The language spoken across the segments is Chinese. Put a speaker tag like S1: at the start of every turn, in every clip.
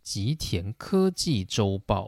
S1: 吉田科技周报。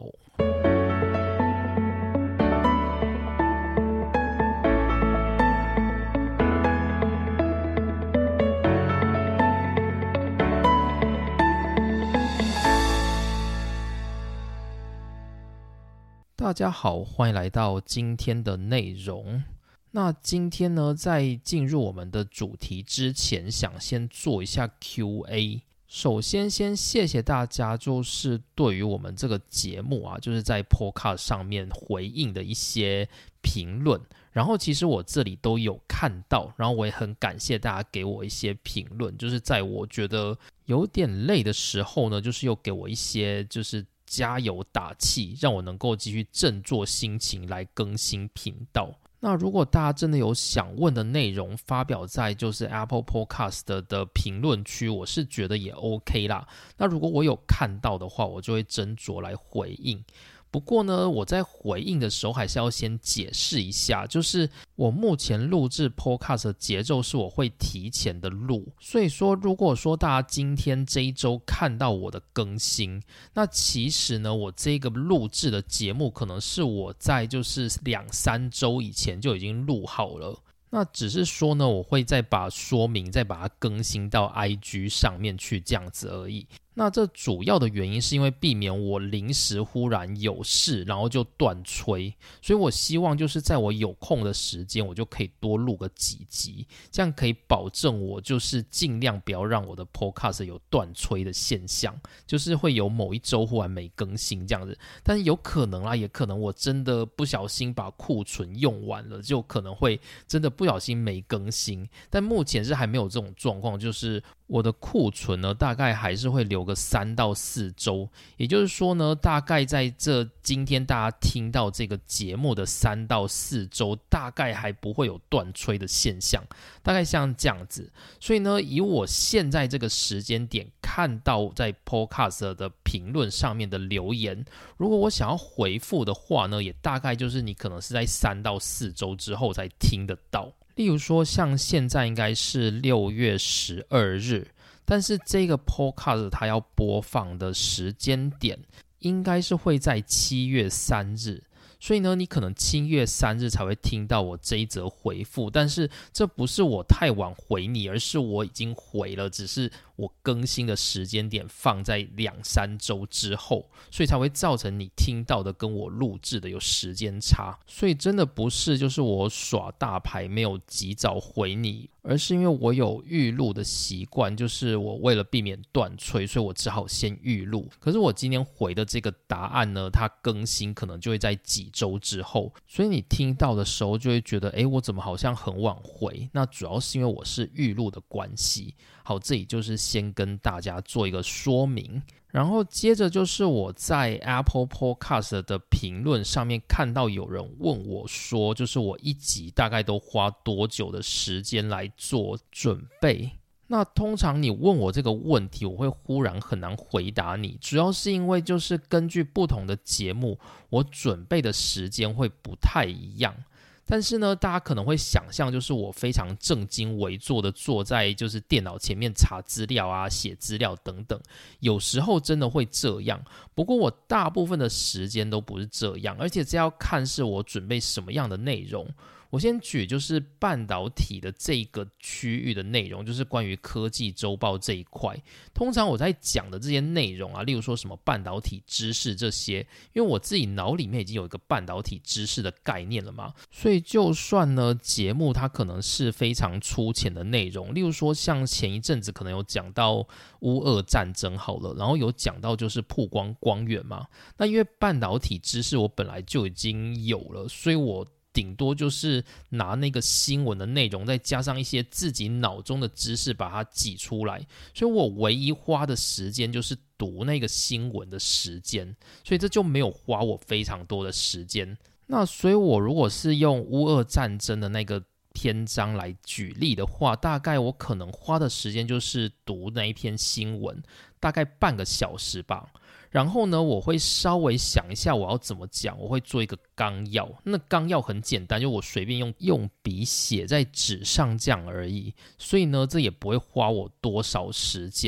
S1: 大家好，欢迎来到今天的内容。那今天呢，在进入我们的主题之前，想先做一下 Q&A。首先谢谢大家，就是对于我们这个节目啊，就是在 Podcast 上面回应的一些评论，然后其实我这里都有看到，然后我也很感谢大家给我一些评论，就是在我觉得有点累的时候呢，就是又给我一些就是加油打气，让我能够继续振作心情来更新频道。那如果大家真的有想问的内容，发表在就是 Apple Podcast 的评论区，我是觉得也 OK 啦。那如果我有看到的话，我就会斟酌来回应。不过呢，我在回应的时候还是要先解释一下，就是我目前录制 Podcast 的节奏是我会提前的录，所以说如果说大家今天这一周看到我的更新，那其实呢，我这个录制的节目可能是我在就是2-3周以前就已经录好了。那只是说呢，我会再把说明再把它更新到 IG 上面去这样子而已。那这主要的原因是因为避免我临时忽然有事，然后就断吹，所以我希望就是在我有空的时间，我就可以多录个几集，这样可以保证我就是尽量不要让我的 podcast 有断吹的现象，就是会有某一周忽然没更新这样子。但是有可能啦，也可能我真的不小心把库存用完了，就可能会真的不小心没更新。但目前是还没有这种状况，就是我的库存呢，大概还是会留个3到4周，也就是说呢，大概在今天大家听到这个节目的3到4周，大概还不会有断吹的现象，大概像这样子。所以呢，以我现在这个时间点看到在 Podcast 的评论上面的留言，如果我想要回复的话呢，也大概就是你可能是在3到4周之后才听得到。例如说像现在应该是6月12日，但是这个 podcast 它要播放的时间点应该是会在7月3日，所以呢，你可能7月3日才会听到我这一则回复，但是这不是我太晚回你，而是我已经回了，只是我更新的时间点放在2-3周之后，所以才会造成你听到的跟我录制的有时间差。所以真的不是就是我耍大牌没有及早回你，而是因为我有预录的习惯，就是我为了避免断吹，所以我只好先预录。可是我今天回的这个答案呢，它更新可能就会在几周之后，所以你听到的时候就会觉得我怎么好像很晚回，那主要是因为我是预录的关系。好，这里就是先跟大家做一个说明，然后接着就是我在 Apple Podcast 的评论上面看到有人问我说，就是我一集大概都花多久的时间来做准备。那通常你问我这个问题，我会忽然很难回答你，主要是因为就是根据不同的节目，我准备的时间会不太一样。但是呢，大家可能会想象就是我非常正襟危坐的坐在就是电脑前面查资料啊、写资料等等，有时候真的会这样。不过我大部分的时间都不是这样，而且这要看是我准备什么样的内容。我先举就是半导体的这个区域的内容，就是关于科技周报这一块。通常我在讲的这些内容啊，例如说什么半导体知识这些，因为我自己脑里面已经有一个半导体知识的概念了嘛，所以就算呢节目它可能是非常粗浅的内容，例如说像前一阵子可能有讲到乌俄战争好了，然后有讲到就是曝光光源嘛，那因为半导体知识我本来就已经有了，所以我顶多就是拿那个新闻的内容再加上一些自己脑中的知识把它挤出来，所以我唯一花的时间就是读那个新闻的时间，所以这就没有花我非常多的时间。那所以我如果是用乌俄战争的那个篇章来举例的话，大概我可能花的时间就是读那一篇新闻，大概半个小时吧。然后呢，我会稍微想一下我要怎么讲，我会做一个纲要。那纲要很简单，就我随便用笔写在纸上这样而已。所以呢，这也不会花我多少时间。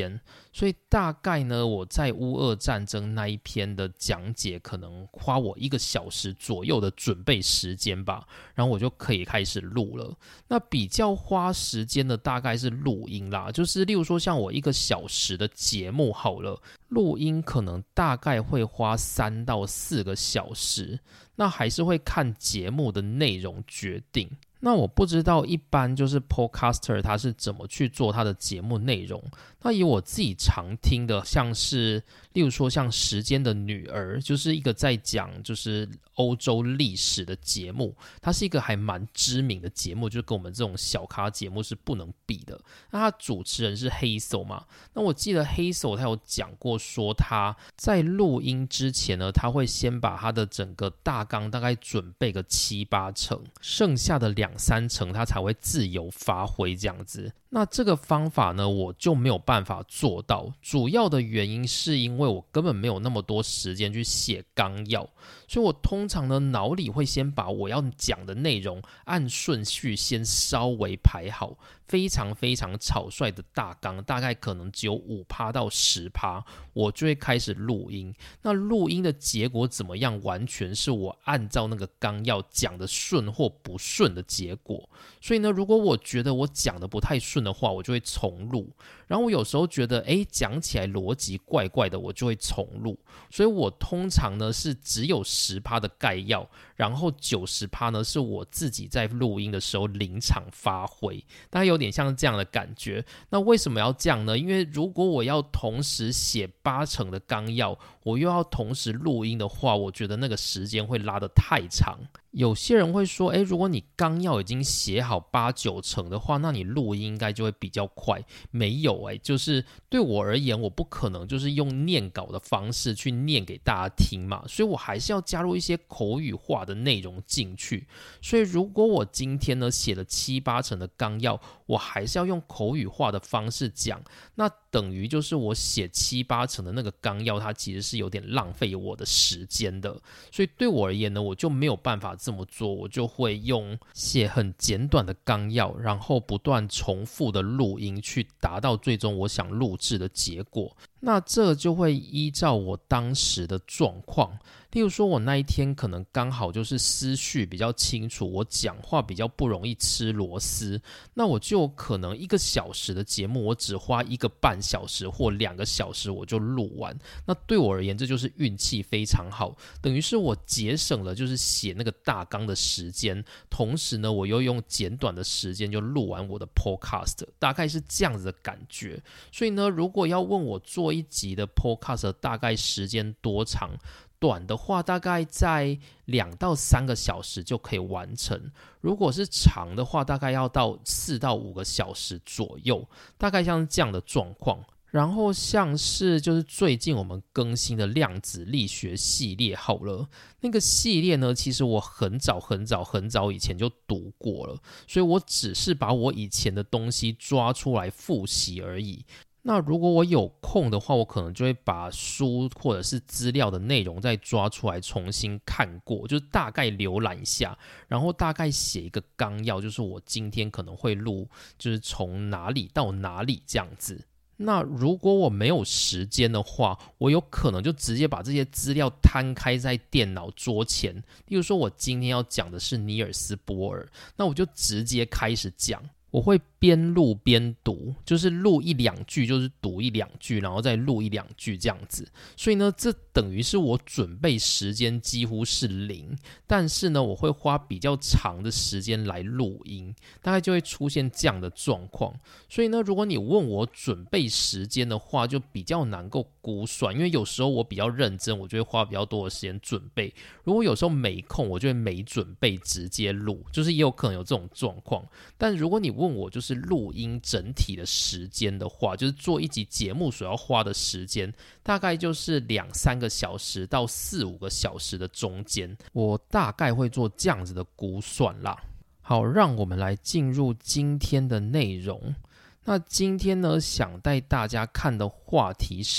S1: 所以大概呢，我在乌俄战争那一篇的讲解，可能花我1个小时左右的准备时间吧，然后我就可以开始录了。那比较花时间的大概是录音啦，就是例如说像我1个小时的节目好了，录音可能大概会花3到4个小时，那还是会看节目的内容决定。那我不知道一般就是 podcaster 他是怎么去做他的节目内容。那以我自己常听的，像是例如说像时间的女儿，就是一个在讲就是欧洲历史的节目，它是一个还蛮知名的节目，就跟我们这种小咖节目是不能比的。那他主持人是Hazel嘛，那我记得Hazel他有讲过说他在录音之前呢，他会先把他的整个大纲大概准备个7、8成，剩下的2、3成他才会自由发挥这样子。那这个方法呢，我就没有办法做到，主要的原因是因为我根本没有那么多时间去写纲要，所以我通常呢脑里会先把我要讲的内容按顺序先稍微排好，非常非常草率的大纲，大概可能只有5%到10%，我就会开始录音。那录音的结果怎么样，完全是我按照那个纲要讲的顺或不顺的结果。所以呢，如果我觉得我讲的不太顺的话，我就会重录。然后我有时候觉得讲起来逻辑怪怪的，我就会重录。所以我通常呢是只有10%的概要，然后90%呢是我自己在录音的时候临场发挥，大概有点像这样的感觉。那为什么要这样呢？因为如果我要同时写8成的纲要，我又要同时录音的话，我觉得那个时间会拉得太长。有些人会说，如果你纲要已经写好8、9成的话，那你录音应该就会比较快。没有就是对我而言，我不可能就是用念稿的方式去念给大家听嘛，所以我还是要加入一些口语化的内容进去。所以如果我今天呢写了7、8成的纲要，我还是要用口语化的方式讲，那等于就是我写7、8成的那个纲要，它其实是有点浪费我的时间的。所以对我而言呢，我就没有办法这么做，我就会用写很简短的纲要，然后不断重复的录音，去达到最终我想录制的结果。那这就会依照我当时的状况，例如说我那一天可能刚好就是思绪比较清楚，我讲话比较不容易吃螺丝，那我就可能1个小时的节目，我只花1个半小时或2个小时我就录完。那对我而言，这就是运气非常好，等于是我节省了就是写那个大纲的时间，同时呢我又用简短的时间就录完我的 podcast， 大概是这样子的感觉。所以呢，如果要问我做一集的 podcast 大概时间多长，短的话大概在2到3个小时就可以完成，如果是长的话大概要到4到5个小时左右，大概像是这样的状况。然后像是就是最近我们更新的量子力学系列好了，那个系列呢，其实我很早以前就读过了，所以我只是把我以前的东西抓出来复习而已。那如果我有空的话，我可能就会把书或者是资料的内容再抓出来重新看过，就是大概浏览一下，然后大概写一个纲要，就是我今天可能会录，就是从哪里到哪里这样子。那如果我没有时间的话，我有可能就直接把这些资料摊开在电脑桌前。例如说我今天要讲的是尼尔斯波尔，那我就直接开始讲。我会边录边读，就是录1、2句，就是读1、2句，然后再录1、2句这样子。所以呢，这等于是我准备时间几乎是0，但是呢，我会花比较长的时间来录音，大概就会出现这样的状况。所以呢，如果你问我准备时间的话，就比较难够估算，因为有时候我比较认真，我就会花比较多的时间准备；如果有时候没空，我就会没准备直接录，就是也有可能有这种状况。但如果你问我就是录音整体的时间的话，就是做一集节目所要花的时间，大概就是2、3个小时到4、5个小时的中间，我大概会做这样子的估算啦。好，让我们来进入今天的内容。那今天呢，想带大家看的话题是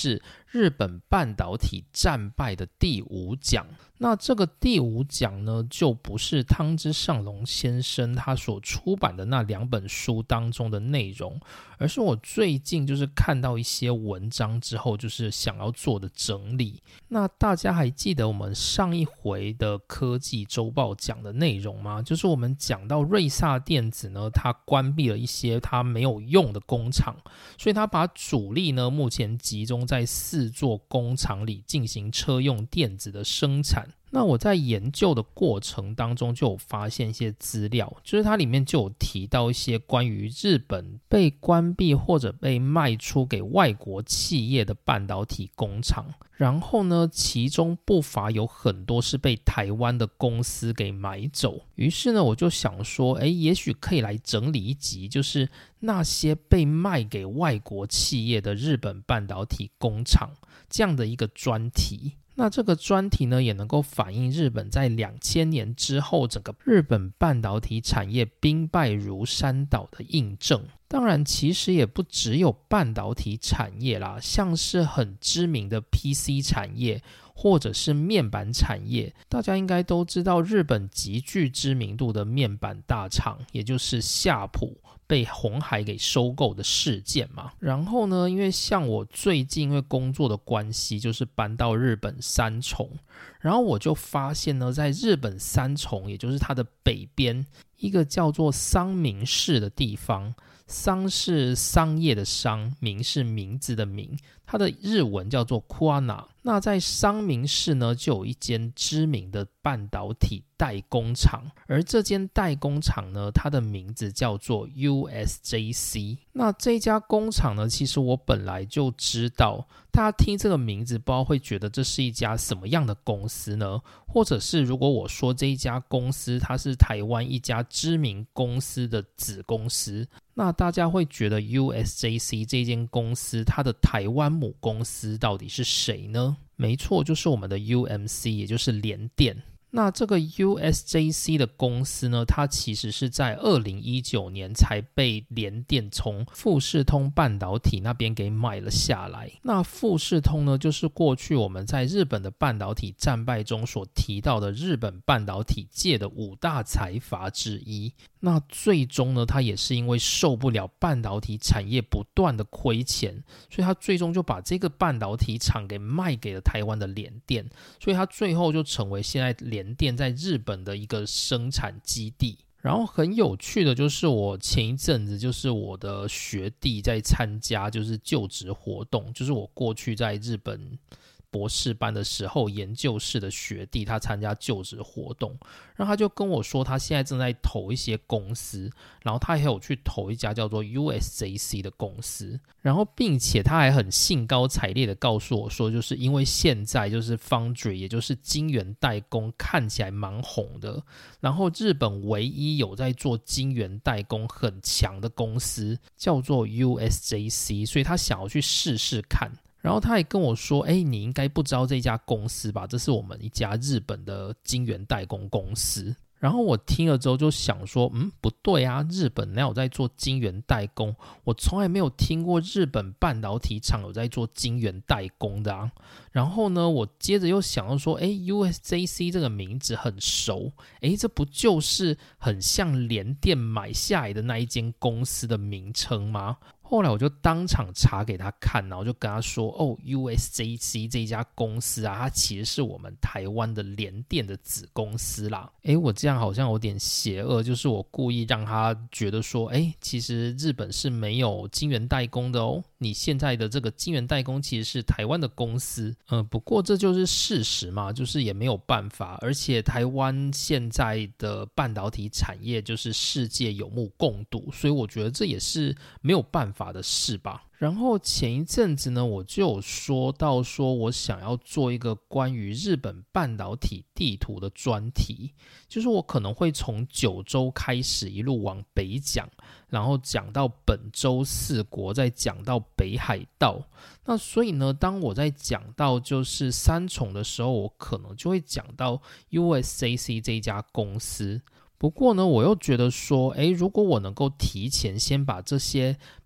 S1: 日本半导体战败的第5讲。那这个第5讲呢，就不是汤之上隆先生他所出版的那2本书当中的内容，而是我最近就是看到一些文章之后，就是想要做的整理。那大家还记得我们上一回的科技周报讲的内容吗？就是我们讲到瑞萨电子呢，它关闭了一些它没有用的工厂，所以它把主力呢目前集中在4座工厂里进行车用电子的生产。那我在研究的过程当中就有发现一些资料，就是它里面就有提到一些关于日本被关闭或者被卖出给外国企业的半导体工厂，然后呢其中不乏有很多是被台湾的公司给买走。于是呢我就想说也许可以来整理一集，就是那些被卖给外国企业的日本半导体工厂这样的一个专题。那这个专题呢，也能够反映日本在2000年之后整个日本半导体产业兵败如山倒的印证。当然其实也不只有半导体产业啦，像是很知名的 PC 产业或者是面板产业，大家应该都知道日本极具知名度的面板大厂，也就是夏普被鸿海给收购的事件嘛。然后呢，因为像我最近因为工作的关系，就是搬到日本三重，然后我就发现呢，在日本三重，也就是它的北边，一个叫做桑名市的地方，桑是商业的商，名是名字的名，它的日文叫做 Kuana。 那在桑名市呢，就有一间知名的半导体代工厂，而这间代工厂呢，它的名字叫做 USJC。 那这家工厂呢，其实我本来就知道，大家听这个名字不知道会觉得这是一家什么样的公司呢？或者是如果我说这一家公司它是台湾一家知名公司的子公司，那大家会觉得 USJC 这间公司它的台湾母公司到底是谁呢？没错，就是我们的 UMC， 也就是联电。那这个 USJC 的公司呢，它其实是在2019年才被联电从富士通半导体那边给买了下来。那富士通呢，就是过去我们在日本的半导体战败中所提到的日本半导体界的5大财阀之一。那最终呢，他也是因为受不了半导体产业不断的亏钱，所以他最终就把这个半导体厂给卖给了台湾的联电，所以他最后就成为现在联电在日本的一个生产基地。然后很有趣的就是我前一阵子就是我的学弟在参加就是就职活动，就是我过去在日本博士班的时候，研究室的学弟他参加就职活动，然后他就跟我说他现在正在投一些公司，然后他也有去投一家叫做 USJC 的公司，然后并且他还很兴高采烈的告诉我说，就是因为现在就是 Foundry 也就是晶圆代工看起来蛮红的，然后日本唯一有在做晶圆代工很强的公司叫做 USJC， 所以他想要去试试看。然后他也跟我说你应该不知道这家公司吧，这是我们一家日本的晶圆代工公司。然后我听了之后就想说不对啊，日本哪有在做晶圆代工？我从来没有听过日本半导体厂有在做晶圆代工的啊。然后呢，我接着又想到说USJC 这个名字很熟，这不就是很像联电买下来的那一间公司的名称吗？后来我就当场查给他看，然后就跟他说USJC 这家公司啊，它其实是我们台湾的联电的子公司啦。我这样好像有点邪恶，就是我故意让他觉得说其实日本是没有晶圆代工的哦，你现在的这个晶圆代工其实是台湾的公司。不过这就是事实嘛，就是也没有办法，而且台湾现在的半导体产业就是世界有目共睹，所以我觉得这也是没有办法的事吧。然后前一阵子呢，我就有说到说我想要做一个关于日本半导体地图的专题，就是我可能会从九州开始一路往北讲，然后讲到本州4国，再讲到北海道。那所以呢，当我在讲到就是三重的时候，我可能就会讲到 USJC 这一家公司。不过呢，我又觉得说如果我能够提前先把这些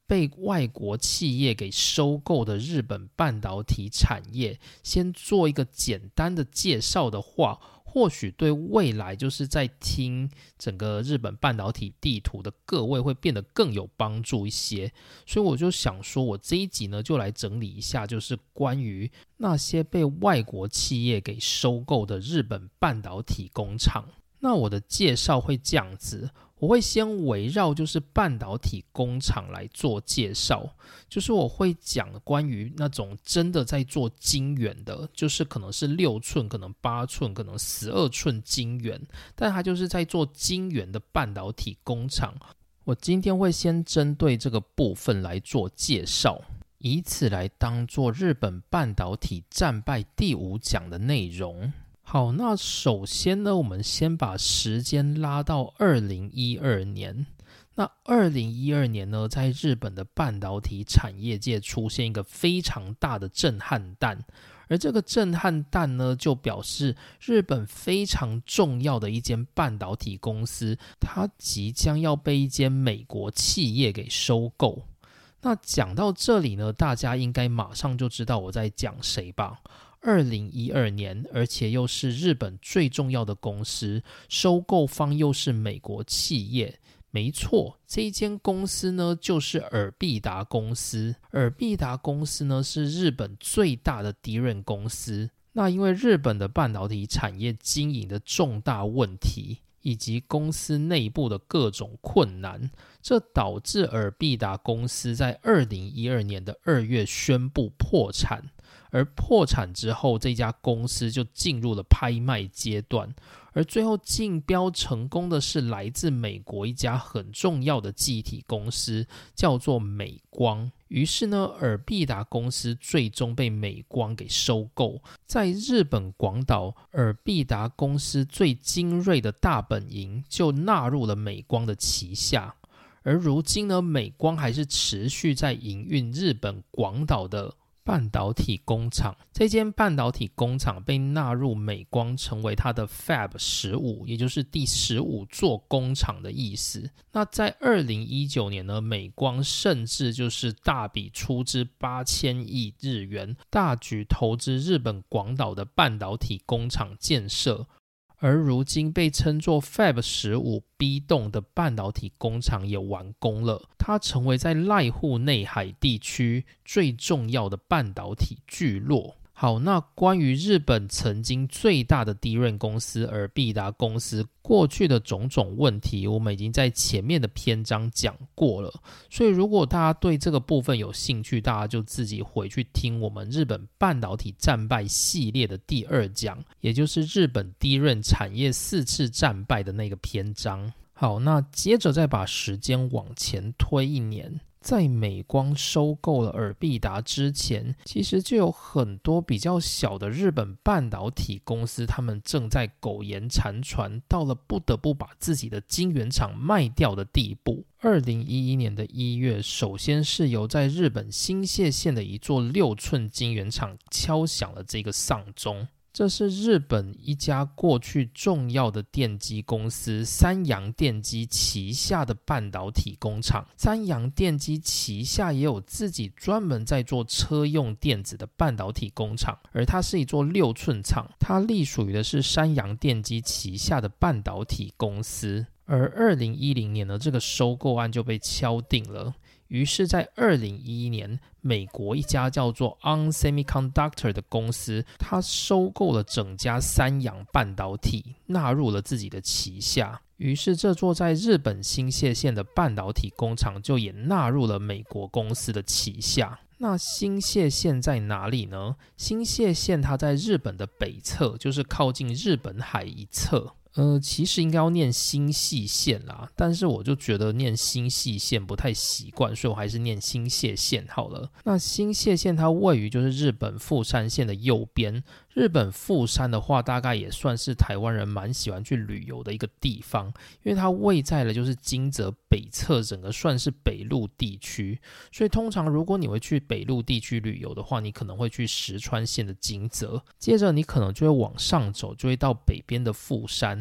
S1: 被外国企业给收购的日本半导体产业先做一个简单的介绍的话，或许对未来就是在听整个日本半导体地图的各位会变得更有帮助一些。所以我就想说，我这一集呢就来整理一下，就是关于那些被外国企业给收购的日本半导体工厂。那我的介绍会这样子，我会先围绕就是半导体工厂来做介绍，就是我会讲关于那种真的在做晶圆的，就是可能是6寸，可能8寸，可能12寸晶圆，但它就是在做晶圆的半导体工厂。我今天会先针对这个部分来做介绍，以此来当做日本半导体战败第5讲的内容。好，那首先呢，我们先把时间拉到2012年。那2012年呢，在日本的半导体产业界出现一个非常大的震撼弹，而这个震撼弹呢，就表示日本非常重要的一间半导体公司，它即将要被一间美国企业给收购。那讲到这里呢，大家应该马上就知道我在讲谁吧。2012年，而且又是日本最重要的公司，收购方又是美国企业。没错，这一间公司呢就是尔必达公司。尔必达公司呢是日本最大的DRAM公司。那因为日本的半导体产业经营的重大问题，以及公司内部的各种困难，这导致尔必达公司在2012年的2月宣布破产。而破产之后，这家公司就进入了拍卖阶段，而最后竞标成功的是来自美国一家很重要的记忆体公司，叫做美光。于是呢，尔必达公司最终被美光给收购。在日本广岛，尔必达公司最精锐的大本营就纳入了美光的旗下。而如今呢，美光还是持续在营运日本广岛的半导体工厂。这间半导体工厂被纳入美光，成为它的 Fab 15，也就是第15座工厂的意思。那在2019年呢，美光甚至就是大笔出资8000亿日元，大举投资日本广岛的半导体工厂建设。而如今被称作 Fab 15 B 栋的半导体工厂也完工了，它成为在濑户内海地区最重要的半导体聚落。好，那关于日本曾经最大的DRAM公司尔必达公司过去的种种问题，我们已经在前面的篇章讲过了，所以如果大家对这个部分有兴趣，大家就自己回去听我们日本半导体战败系列的第2讲，也就是日本DRAM产业4次战败的那个篇章。好，那接着再把时间往前推1年，在美光收购了尔必达之前，其实就有很多比较小的日本半导体公司，他们正在苟延残喘，到了不得不把自己的晶圆厂卖掉的地步。2011年的1月，首先是由在日本新泻县的一座6寸晶圆厂敲响了这个丧钟。这是日本一家过去重要的电机公司三洋电机旗下的半导体工厂。三洋电机旗下也有自己专门在做车用电子的半导体工厂，而它是一座6寸厂，它隶属于的是三洋电机旗下的半导体公司。而2010年呢，这个收购案就被敲定了。于是在2011年，美国一家叫做 ON Semiconductor 的公司，它收购了整家三洋半导体，纳入了自己的旗下。于是这座在日本新泻县的半导体工厂就也纳入了美国公司的旗下。那新泻县在哪里呢？新泻县它在日本的北侧，就是靠近日本海一侧。其实应该要念新泻县啦，但是我就觉得念新泻县不太习惯，所以我还是念新泻县好了。那新泻县它位于就是日本富山县的右边。日本富山的话，大概也算是台湾人蛮喜欢去旅游的一个地方，因为它位在了就是金泽北侧，整个算是北陆地区。所以通常如果你会去北陆地区旅游的话，你可能会去石川县的金泽，接着你可能就会往上走，就会到北边的富山。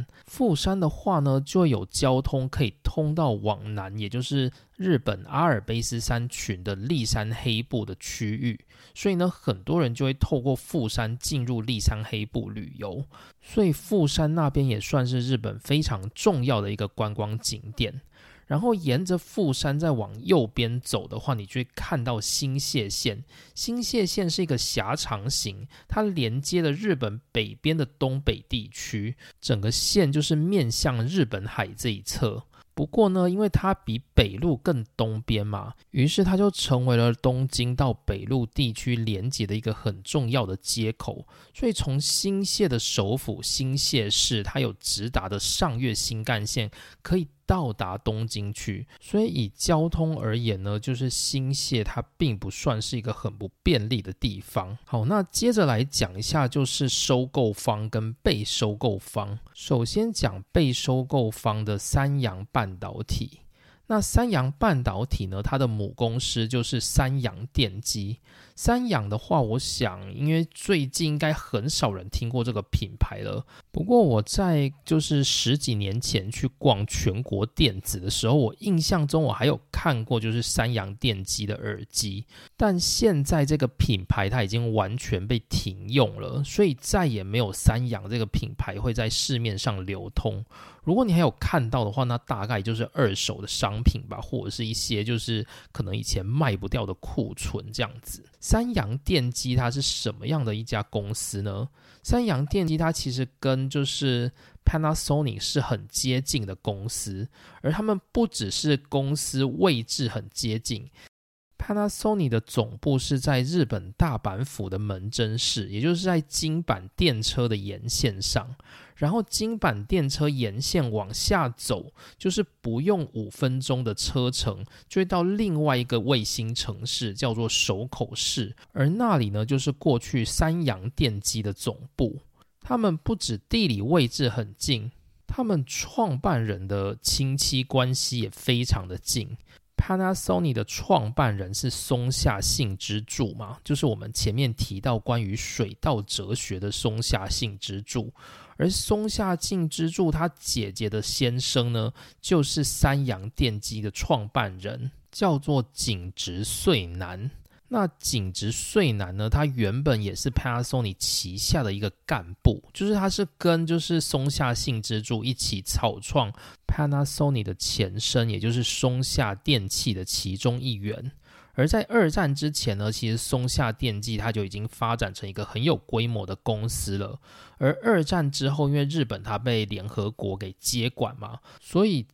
S1: 山。富山的话呢，就会有交通可以通到往南，也就是日本阿尔卑斯山群的立山黑部的区域，所以呢，很多人就会透过富山进入立山黑部旅游，所以富山那边也算是日本非常重要的一个观光景点。然后沿着富山再往右边走的话，你就会看到新泻县。新泻县是一个狭长型，它连接了日本北边的东北地区，整个县就是面向日本海这一侧。不过呢，因为它比北陆更东边嘛，于是它就成为了东京到北陆地区连接的一个很重要的接口。所以从新泻的首府新泻市，它有直达的上越新干线可以到达东京去，所以以交通而言呢，就是新泻它并不算是一个很不便利的地方。好，那接着来讲一下就是收购方跟被收购方。首先讲被收购方的三洋半导体。那三洋半导体呢，它的母公司就是三洋电机。三洋的话，我想因为最近应该很少人听过这个品牌了。不过我在就是10几年前去逛全国电子的时候，我印象中我还有看过就是三洋电机的耳机，但现在这个品牌它已经完全被停用了，所以再也没有三洋这个品牌会在市面上流通。如果你还有看到的话，那大概就是二手的商品吧，或者是一些就是可能以前卖不掉的库存这样子。三洋电机它是什么样的一家公司呢？三洋电机它其实跟就是 Panasonic 是很接近的公司，而他们不只是公司位置很接近。Panasonic 的总部是在日本大阪府的门真市，也就是在京阪电车的沿线上。然后京阪电车沿线往下走，就是不用5分钟的车程，就会到另外一个卫星城市，叫做手口市。而那里呢，就是过去三洋电机的总部。他们不止地理位置很近，他们创办人的亲戚关系也非常的近。Panasonic 的创办人是松下幸之助嘛，就是我们前面提到关于水稻哲学的松下幸之助。而松下幸之助他姐姐的先生呢，就是三洋电机的创办人，叫做井植穗男。那井植穗男呢，他原本也是 Panasonic 旗下的一个干部，就是他是跟就是松下幸之助一起草创 Panasonic 的前身，也就是松下电器的其中一员。而在二战之前呢，其实松下电器它就已经发展成一个很有规模的公司了。而二战之后，因为日本它被联合国给接管嘛，所以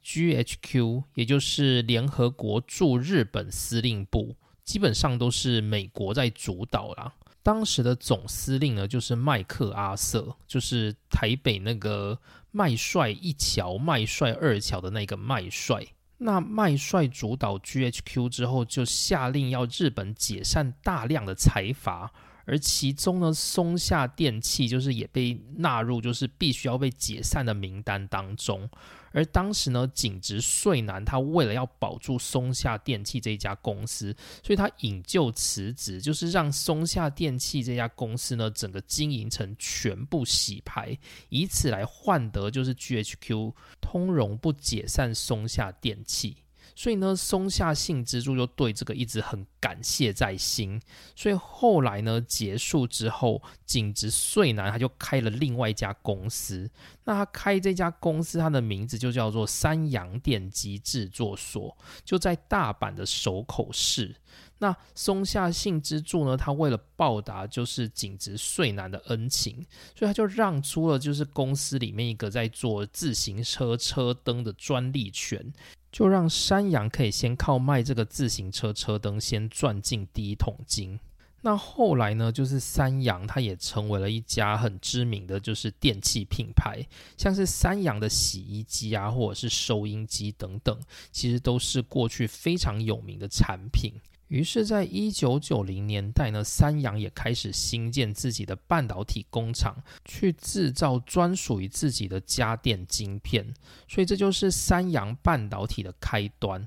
S1: GHQ 也就是联合国驻日本司令部，基本上都是美国在主导啦。当时的总司令呢，就是麦克阿瑟，就是台北那个麦帅一桥、麦帅二桥的那个麦帅。那麦帅主导 GHQ 之后，就下令要日本解散大量的财阀，而其中呢，松下电器就是也被纳入就是必须要被解散的名单当中。而当时呢，井植穗男他为了要保住松下电器这一家公司，所以他引咎辞职，就是让松下电器这家公司呢整个经营层全部洗牌，以此来换得就是 GHQ 通融不解散松下电器。所以呢，松下幸之助就对这个一直很感谢在心。所以后来呢，结束之后，井植穗男他就开了另外一家公司。那他开这家公司，他的名字就叫做三洋电机制作所，就在大阪的手口市。那松下幸之助呢，他为了报答就是井植穗男的恩情，所以他就让出了就是公司里面一个在做自行车车灯的专利权，就让山洋可以先靠卖这个自行车车灯先赚进第一桶金。那后来呢，就是三洋它也成为了一家很知名的就是电器品牌，像是三洋的洗衣机啊，或者是收音机等等，其实都是过去非常有名的产品。于是在1990年代呢，三洋也开始兴建自己的半导体工厂，去制造专属于自己的家电晶片。所以这就是三洋半导体的开端。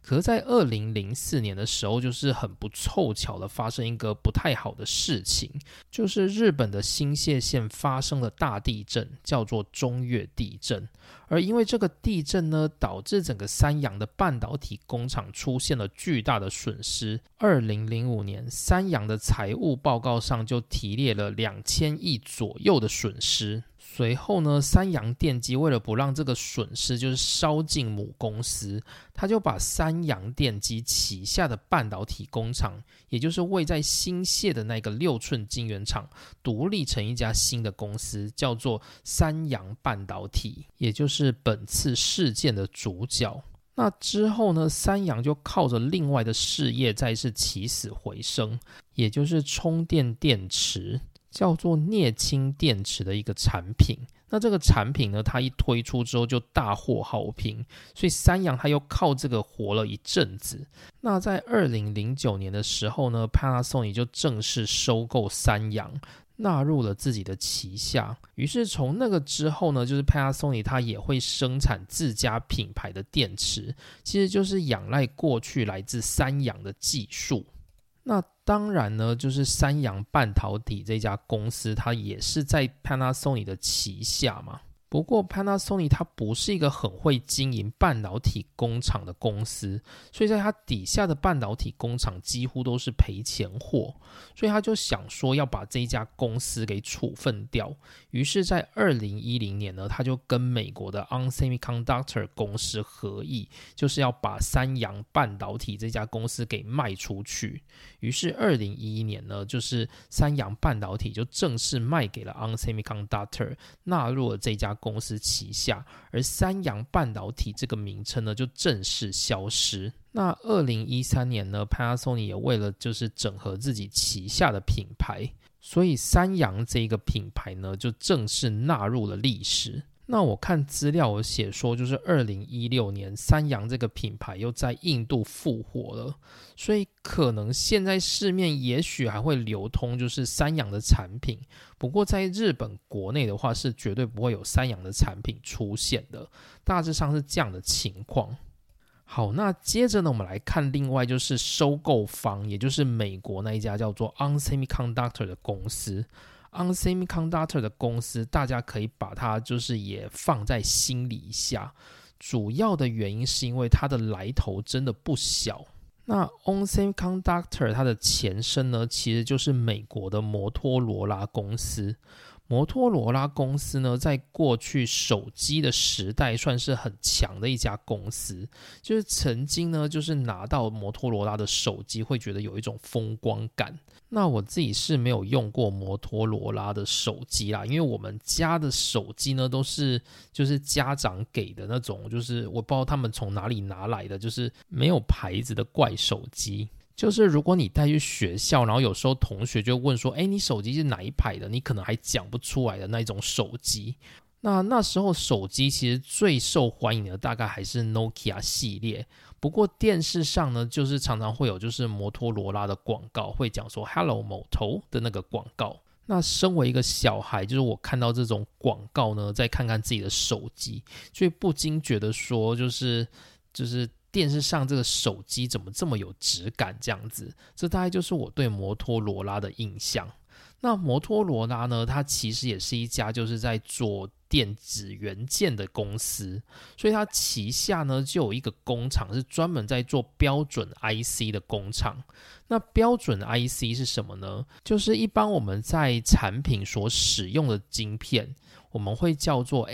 S1: 可是在2004年的时候，就是很不凑巧的发生一个不太好的事情，就是日本的新泻县发生了大地震，叫做中越地震。而因为这个地震呢，导致整个三洋的半导体工厂出现了巨大的损失。2005年，三洋的财务报告上就提列了2000亿左右的损失。随后呢，三洋电机为了不让这个损失就是烧进母公司，他就把三洋电机旗下的半导体工厂，也就是位在新泻的那个6寸晶圆厂，独立成一家新的公司，叫做三洋半导体，也就是本次事件的主角。那之后呢，三洋就靠着另外的事业再次起死回生，也就是充电电池，叫做镍氢电池的一个产品。那这个产品呢，它一推出之后就大获好评，所以三洋它又靠这个活了一阵子。那在2009年的时候呢， Panasonic 就正式收购三洋，纳入了自己的旗下。于是从那个之后呢，就是 Panasonic 它也会生产自家品牌的电池，其实就是仰赖过去来自三洋的技术。那当然呢，就是三洋半导体这家公司，它也是在 Panasonic 的旗下嘛。不过 Panasonic 它不是一个很会经营半导体工厂的公司，所以在它底下的半导体工厂几乎都是赔钱货，所以他就想说要把这一家公司给处分掉。于是在2010年呢，他就跟美国的 ON Semiconductor 公司合议，就是要把三洋半导体这家公司给卖出去。于是2011年呢，就是三洋半导体就正式卖给了 ON Semiconductor， 纳入了这家公司旗下，而三洋半导体这个名称呢就正式消失。那2013年呢， Panasonic 也为了就是整合自己旗下的品牌，所以三洋这个品牌呢就正式纳入了历史。那我看资料有写说，就是2016年三洋这个品牌又在印度复活了，所以可能现在市面也许还会流通就是三洋的产品，不过在日本国内的话是绝对不会有三洋的产品出现的，大致上是这样的情况。好，那接着呢，我们来看另外就是收购方，也就是美国那一家叫做 ON Semiconductor 的公司。ON Semiconductor 的公司，大家可以把它就是也放在心里一下，主要的原因是因为它的来头真的不小。那 ON Semiconductor 它的前身呢，其实就是美国的摩托罗拉公司。摩托罗拉公司呢，在过去手机的时代算是很强的一家公司，就是曾经呢，就是拿到摩托罗拉的手机会觉得有一种风光感。那我自己是没有用过摩托罗拉的手机啦，因为我们家的手机呢都是就是家长给的那种，就是我不知道他们从哪里拿来的，就是没有牌子的怪手机。就是如果你带去学校，然后有时候同学就问说，你手机是哪一排的，你可能还讲不出来的那种手机。那时候手机其实最受欢迎的大概还是 Nokia 系列，不过电视上呢，就是常常会有就是摩托罗拉的广告，会讲说 Hello Moto 的那个广告。那身为一个小孩，就是我看到这种广告呢，再看看自己的手机，就会不禁觉得说就是电视上这个手机怎么这么有质感这样子，这大概就是我对摩托罗拉的印象。那摩托罗拉呢，它其实也是一家就是在做电子元件的公司，所以它旗下呢就有一个工厂是专门在做标准 IC 的工厂。那标准 IC 是什么呢？就是一般我们在产品所使用的晶片，我们会叫做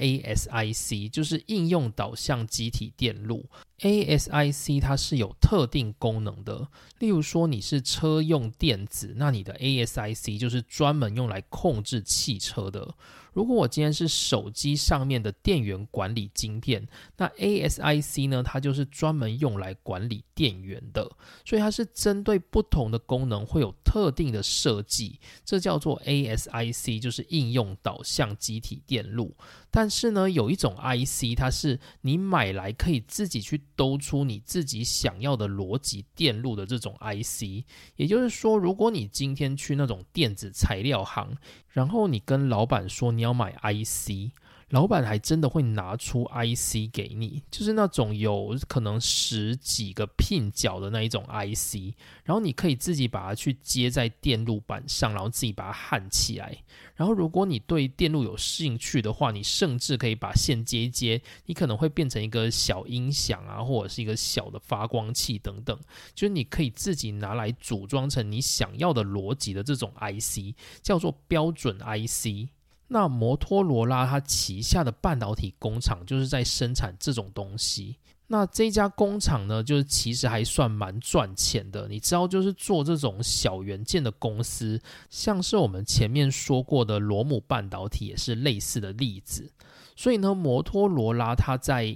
S1: ASIC， 就是应用导向基体电路。ASIC 它是有特定功能的，例如说你是车用电子，那你的 ASIC 就是专门用来控制汽车的。如果我今天是手机上面的电源管理晶片，那 ASIC 呢，它就是专门用来管理电源的，所以它是针对不同的功能会有特定的设计，这叫做 ASIC， 就是应用导向基体电路。但是呢，有一种 IC 它是你买来可以自己去兜出你自己想要的逻辑电路的这种 IC， 也就是说，如果你今天去那种电子材料行，然后你跟老板说你要买 IC， 老板还真的会拿出 IC 给你，就是那种有可能10几个 pin 角的那一种 IC， 然后你可以自己把它去接在电路板上，然后自己把它焊起来。然后如果你对电路有兴趣的话，你甚至可以把线接一接，你可能会变成一个小音响啊，或者是一个小的发光器等等，就是你可以自己拿来组装成你想要的逻辑的这种 IC， 叫做标准 IC。那摩托罗拉它旗下的半导体工厂就是在生产这种东西。那这家工厂呢，就是其实还算蛮赚钱的。你知道，就是做这种小元件的公司，像是我们前面说过的罗姆半导体也是类似的例子。所以呢，摩托罗拉它在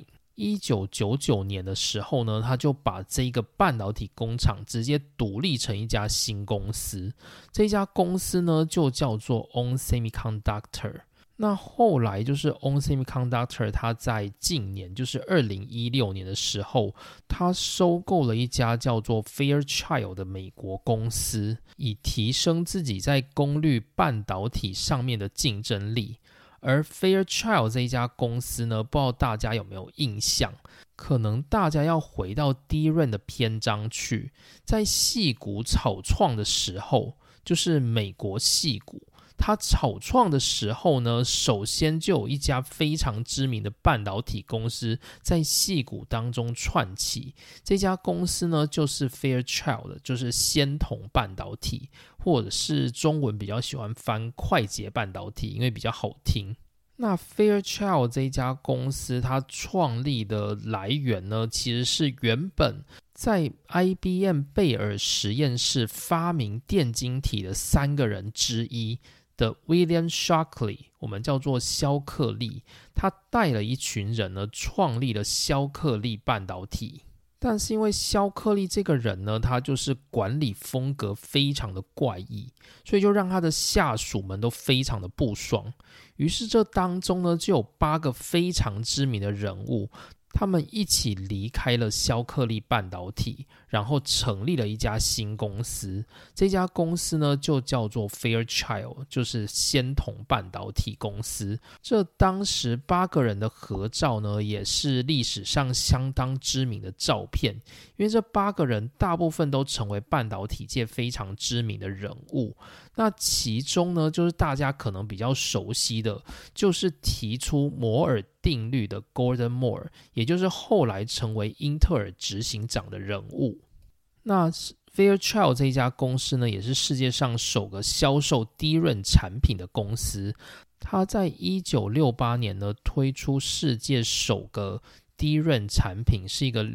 S1: 1999年的时候呢，他就把这个半导体工厂直接独立成一家新公司。这家公司呢就叫做 ON Semiconductor。那后来就是 ON Semiconductor， 它在近年就是2016年的时候，它收购了一家叫做 Fairchild 的美国公司，以提升自己在功率半导体上面的竞争力。而 Fairchild 这一家公司呢，不知道大家有没有印象？可能大家要回到DRAM的篇章去，在矽谷草创的时候，就是美国矽谷，它草创的时候呢，首先就有一家非常知名的半导体公司在矽谷当中串起。这家公司呢，就是 Fairchild， 就是仙童半导体，或者是中文比较喜欢翻快捷半导体，因为比较好听。那 Fairchild 这家公司它创立的来源呢，其实是原本在 IBM 贝尔实验室发明电晶体的3个人之一的 William Shockley， 我们叫做肖克利，他带了一群人呢，创立了肖克利半导体。但是因为肖克利这个人呢，他就是管理风格非常的怪异，所以就让他的下属们都非常的不爽。于是这当中呢，就有8个非常知名的人物，他们一起离开了肖克利半导体，然后成立了一家新公司。这家公司呢，就叫做 Fairchild， 就是仙童半导体公司。这当时8个人的合照呢，也是历史上相当知名的照片，因为这8个人大部分都成为半导体界非常知名的人物。那其中呢，就是大家可能比较熟悉的，就是提出摩尔定律的 Gordon Moore， 也就是后来成为英特尔执行长的人物。那 Fairchild 这一家公司呢，也是世界上首个销售DRAM产品的公司。它在1968年呢，推出世界首个 DRAM 产品，是一个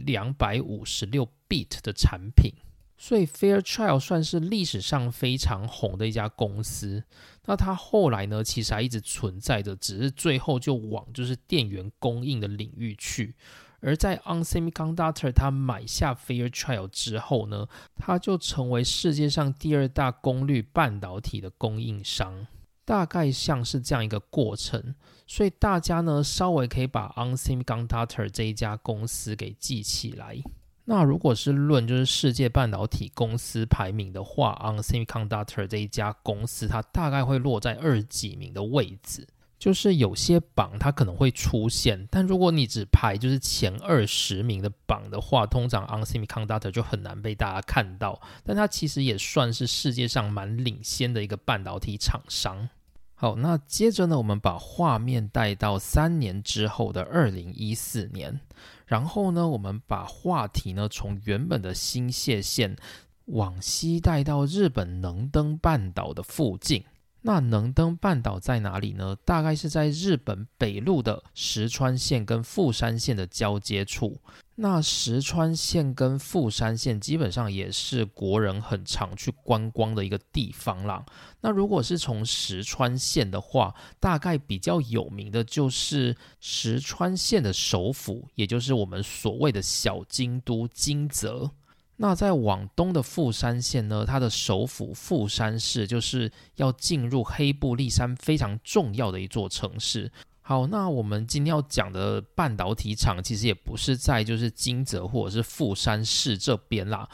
S1: 256 bit 的产品。所以 Fairchild 算是历史上非常红的一家公司。那它后来呢，其实还一直存在着，只是最后就往就是电源供应的领域去。而在 ON Semiconductor 它买下 Fairchild 之后呢，它就成为世界上第2大功率半导体的供应商。大概像是这样一个过程，所以大家呢稍微可以把 ON Semiconductor 这一家公司给记起来。那如果是论就是世界半导体公司排名的话， ON Semiconductor 这一家公司它大概会落在20几名的位置。就是有些榜它可能会出现，但如果你只排就是前20名的榜的话，通常 ON Semiconductor 就很难被大家看到，但它其实也算是世界上蛮领先的一个半导体厂商。好，那接着呢，我们把画面带到3年之后的2014年，然后呢，我们把话题呢从原本的新泻县往西带到日本能登半岛的附近。那能登半岛在哪里呢？大概是在日本北陆的石川县跟富山县的交接处。那石川县跟富山县基本上也是国人很常去观光的一个地方啦。那如果是从石川县的话，大概比较有名的就是石川县的首府，也就是我们所谓的小京都金泽。那在往东的富山县呢，它的首府富山市就是要进入黑部立山非常重要的一座城市。好，那我们今天要讲的半导体厂其实也不是在就是金泽或者是富山市这边啦，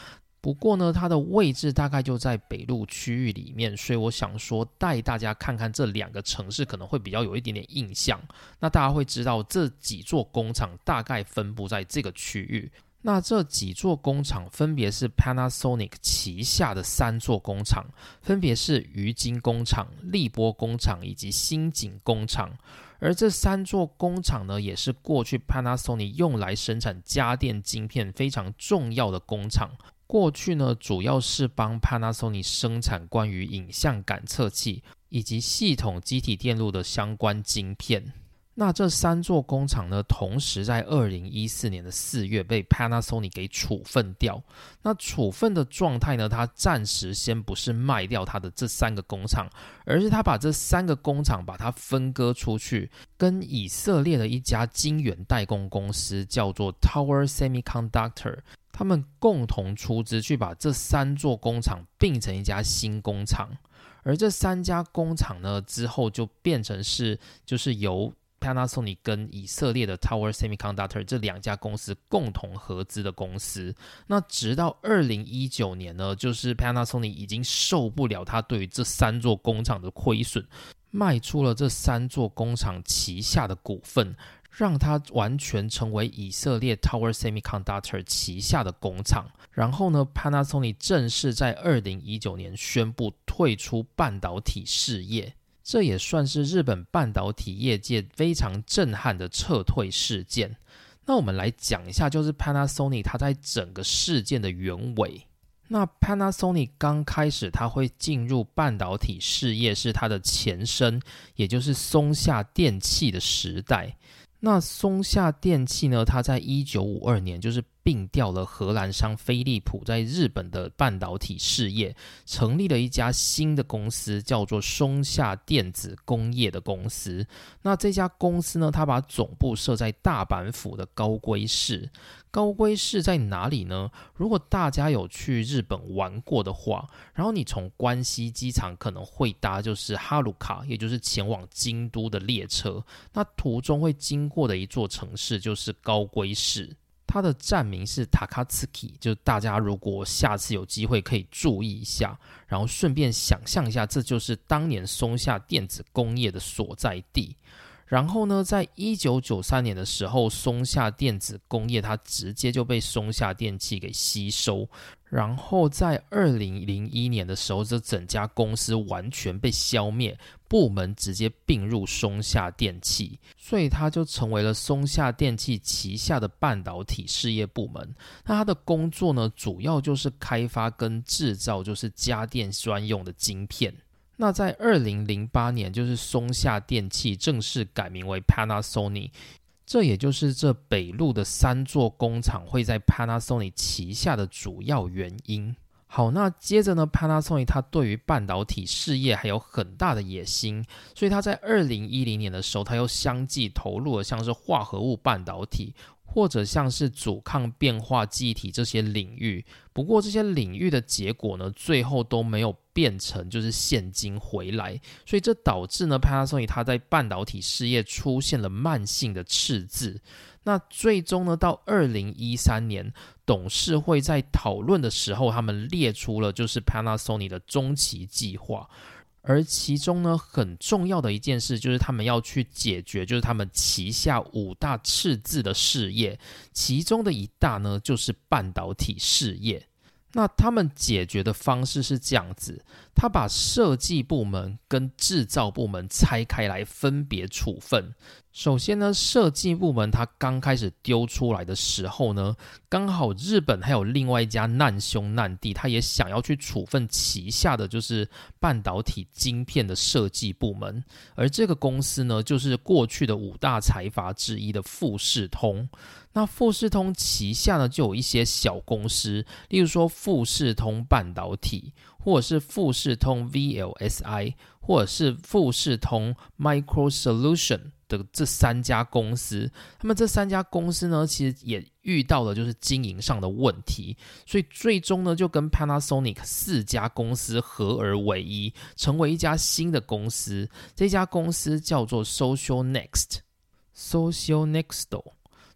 S1: 不过呢，它的位置大概就在北路区域里面，所以我想说带大家看看这2个城市可能会比较有一点点印象。那大家会知道这几座工厂大概分布在这个区域。那这几座工厂分别是 Panasonic 旗下的3座工厂，分别是余金工厂、力波工厂以及新井工厂。而这3座工厂呢，也是过去 Panasonic 用来生产家电晶片非常重要的工厂。过去呢，主要是帮 Panasonic 生产关于影像感测器以及系统基体电路的相关晶片。那这3座工厂呢，同时在2014年的4月被 Panasonic 给处分掉。那处分的状态呢，它暂时先不是卖掉它的这3个工厂，而是它把这3个工厂把它分割出去，跟以色列的一家晶圆代工公司叫做 Tower Semiconductor， 他们共同出资去把这3座工厂并成一家新工厂。而这3家工厂呢，之后就变成就是由Panasonic 跟以色列的 Tower Semiconductor 这2家公司共同合资的公司。那直到2019年呢，就是 Panasonic 已经受不了它对于这3座工厂的亏损，卖出了这3座工厂旗下的股份，让它完全成为以色列 Tower Semiconductor 旗下的工厂。然后呢， Panasonic 正式在2019年宣布退出半导体事业。这也算是日本半导体业界非常震撼的撤退事件。那我们来讲一下，就是 Panasonic 它在整个事件的原委。那 Panasonic 刚开始它会进入半导体事业是它的前身，也就是松下电器的时代。那松下电器呢，它在1952年就是并掉了荷兰商飞利浦在日本的半导体事业，成立了一家新的公司，叫做松下电子工业的公司。那这家公司呢，它把总部设在大阪府的高龟市。高龟市在哪里呢？如果大家有去日本玩过的话，然后你从关西机场可能会搭就是哈鲁卡，也就是前往京都的列车。那途中会经过的一座城市就是高龟市，它的站名是 Takatsuki， 就大家如果下次有机会可以注意一下，然后顺便想象一下，这就是当年松下电子工业的所在地。然后呢，在1993年的时候，松下电子工业它直接就被松下电器给吸收，然后在2001年的时候，这整家公司完全被消灭，部门直接并入松下电器，所以它就成为了松下电器旗下的半导体事业部门。那它的工作呢，主要就是开发跟制造就是家电专用的晶片。那在2008年，就是松下电器正式改名为 Panasonic， 这也就是这北路的3座工厂会在 Panasonic 旗下的主要原因。好，那接着呢， Panasonic 它对于半导体事业还有很大的野心，所以它在2010年的时候，它又相继投入了像是化合物半导体或者像是阻抗变化记忆体这些领域。不过这些领域的结果呢，最后都没有变成就是现金回来，所以这导致呢 Panasonic 它在半导体事业出现了慢性的赤字。那最终呢，到2013年董事会在讨论的时候，他们列出了就是 Panasonic 的中期计划，而其中呢，很重要的一件事就是他们要去解决就是他们旗下5大赤字的事业，其中的一大呢就是半导体事业。那他们解决的方式是这样子，他把设计部门跟制造部门拆开来分别处分。首先呢，设计部门它刚开始丢出来的时候呢，刚好日本还有另外一家难兄难弟，他也想要去处分旗下的就是半导体晶片的设计部门。而这个公司呢，就是过去的5大财阀之一的富士通。那富士通旗下呢，就有一些小公司，例如说富士通半导体，或者是富士通 VLSI， 或者是富士通 Microsolution 的这3家公司。他们这3家公司呢，其实也遇到了就是经营上的问题，所以最终呢，就跟 Panasonic 4家公司合而为一，成为一家新的公司。这家公司叫做 Social Next。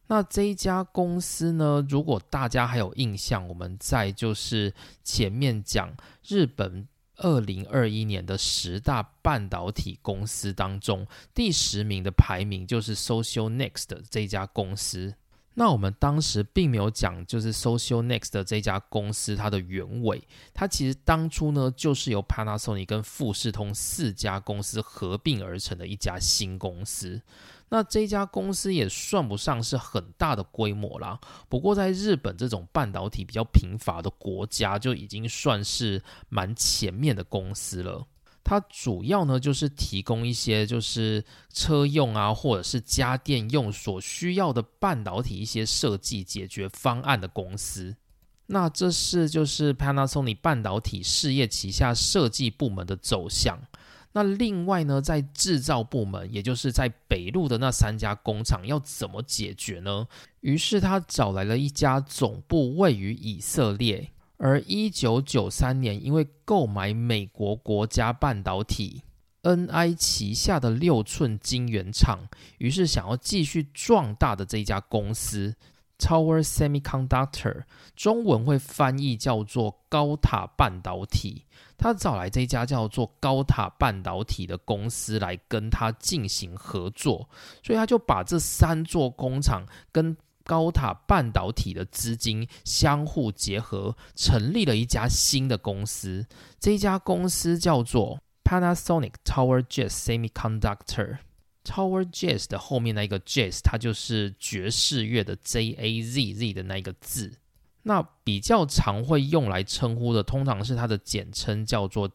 S1: 那这一家公司呢，如果大家还有印象，我们在就是前面讲日本2021年的10大半导体公司当中，第10名的排名就是 Socionext 的这一家公司。那我们当时并没有讲就是 Socionext 的这家公司它的原委，它其实当初呢就是由 Panasonic 跟富士通4家公司合并而成的一家新公司。那这家公司也算不上是很大的规模啦，不过在日本这种半导体比较贫乏的国家，就已经算是蛮前面的公司了。它主要呢就是提供一些就是车用啊或者是家电用所需要的半导体一些设计解决方案的公司。那这是就是 Panasonic 半导体事业旗下设计部门的走向。那另外呢，在制造部门，也就是在北路的那3家工厂要怎么解决呢？于是他找来了一家总部位于以色列，而1993年因为购买美国国家半导体 NI 旗下的6寸晶圆厂，于是想要继续壮大的这一家公司 Tower Semiconductor， 中文会翻译叫做高塔半导体。他找来这一家叫做高塔半导体的公司来跟他进行合作，所以他就把这3座工厂跟高塔半导体的资金相互结合，成立了一家新的公司。这一家公司叫做 Panasonic Tower Jazz Semiconductor。Tower Jazz 的后面那一个 Jazz， 它就是爵士乐的 JAZZ 的那一个字。那比较常会用来称呼的，通常是它的简称叫做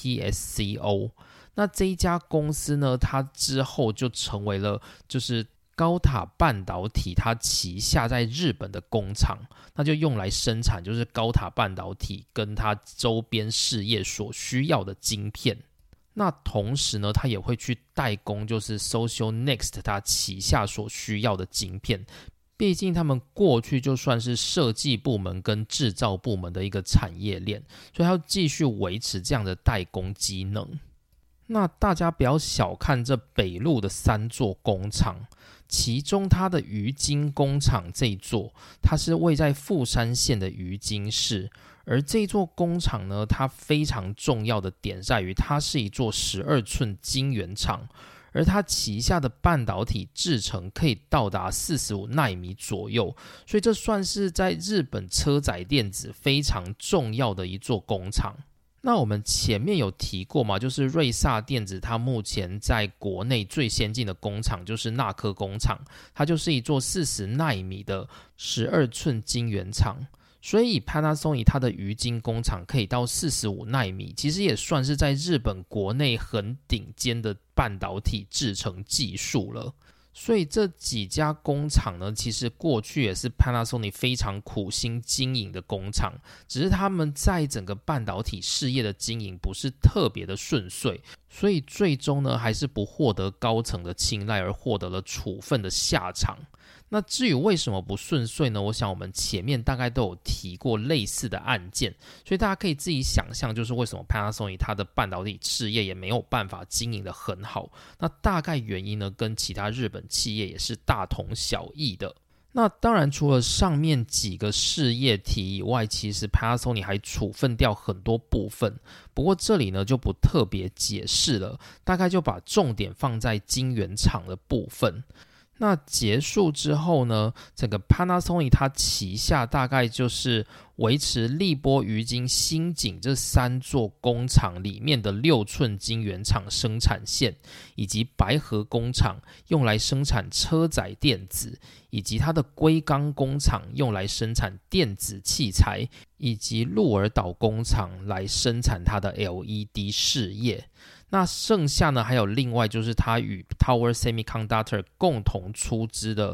S1: TPSCO。那这一家公司呢，它之后就成为了就是高塔半导体它旗下在日本的工厂，那就用来生产就是高塔半导体跟它周边事业所需要的晶片。那同时呢，它也会去代工就是 Socionext 它旗下所需要的晶片。毕竟他们过去就算是设计部门跟制造部门的一个产业链，所以要继续维持这样的代工机能。那大家不要小看这北路的3座工厂，其中它的鱼津工厂这一座，它是位在富山县的鱼津市，而这座工厂呢，它非常重要的点在于它是一座12寸晶圆厂，而它旗下的半导体制程可以到达45奈米左右，所以这算是在日本车载电子非常重要的一座工厂。那我们前面有提过嘛，就是瑞萨电子它目前在国内最先进的工厂就是纳科工厂，它就是一座40奈米的12寸晶圆厂。所以 Panasonic 它的鱼津工厂可以到45奈米，其实也算是在日本国内很顶尖的半导体制程技术了。所以这几家工厂呢，其实过去也是 Panasonic 非常苦心经营的工厂，只是他们在整个半导体事业的经营不是特别的顺遂，所以最终呢还是不获得高层的青睐，而获得了处分的下场。那至于为什么不顺遂呢？我想我们前面大概都有提过类似的案件，所以大家可以自己想象，就是为什么 Panasonic 它的半导体事业也没有办法经营得很好。那大概原因呢，跟其他日本企业也是大同小异的。那当然，除了上面几个事业体以外，其实 Panasonic 还处分掉很多部分。不过这里呢就不特别解释了，大概就把重点放在晶圆厂的部分。那结束之后呢，整个 Panasonic 它旗下大概就是维持力波、鱼津、新井这3座工厂里面的6寸晶圆厂生产线，以及白河工厂用来生产车载电子，以及它的龟冈工厂用来生产电子器材，以及鹿儿岛工厂来生产它的 LED 事业。那剩下呢，还有另外就是它与 Tower Semiconductor 共同出资的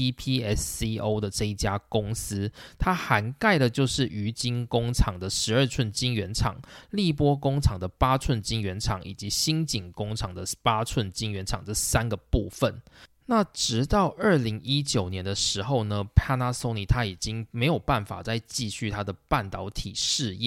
S1: TPSCO 的这一家公司，它涵盖的就是鱼津工厂的12寸晶圆厂、力波工厂的8寸晶圆厂，以及新井工厂的8寸晶圆厂这3个部分。那直到2019年的时候呢， Panasonic 它已经没有办法再继续它的半导体事业，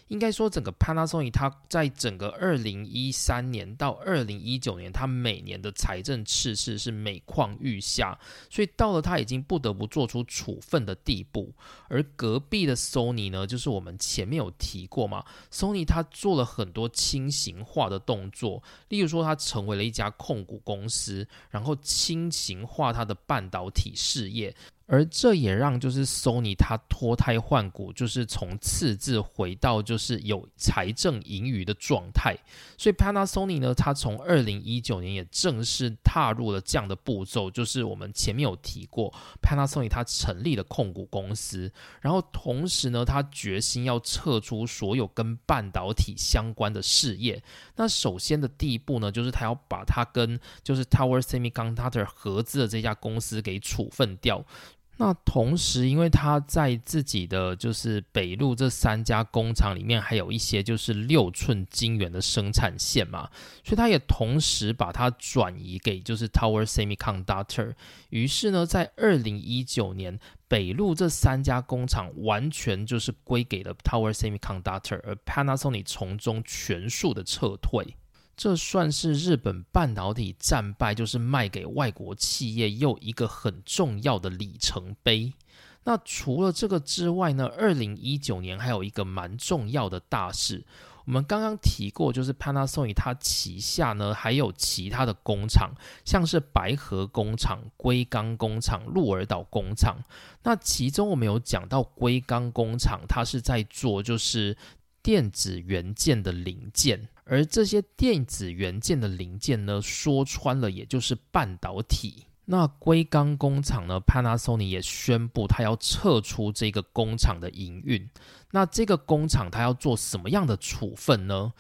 S1: 应该说整个 Panasonic 它在整个2013年到2019年，它每年的财政赤字是每况愈下，所以到了它已经不得不做出处分的地步。而隔壁的 Sony 呢，就是我们前面有提过嘛 ，Sony 它做了很多轻型化的动作，例如说它成为了一家控股公司，然后轻型化它的半导体事业。而这也让就是 Sony 它脱胎换骨，就是从赤字回到就是有财政盈余的状态。所以 Panasonic 呢，它从2019年也正式踏入了这样的步骤，就是我们前面有提过 Panasonic 它成立了控股公司，然后同时呢，它决心要撤出所有跟半导体相关的事业。那首先的第一步呢，就是它要把它跟就是 Tower Semiconductor 合资的这家公司给处分掉。那同时，因为他在自己的就是北路这3家工厂里面，还有一些就是6寸晶圆的生产线嘛，所以他也同时把它转移给就是 Tower Semiconductor。于是呢，在2019年，北路这3家工厂完全就是归给了 Tower Semiconductor， 而 Panasonic 从中全数的撤退。这算是日本半导体战败，就是卖给外国企业又一个很重要的里程碑。那除了这个之外呢，2019年还有一个蛮重要的大事。我们刚刚提过，就是 Panasonic 它旗下呢还有其他的工厂，像是白河工厂、龟冈工厂、鹿儿岛工厂。那其中我们有讲到龟冈工厂，它是在做就是电子元件的零件，而这些电子元件的零件呢，说穿了也就是半导体。那龟冈工厂呢 ，Panasonic 也宣布它要撤出这个工厂的营运。那这个工厂它要做什么样的处分呢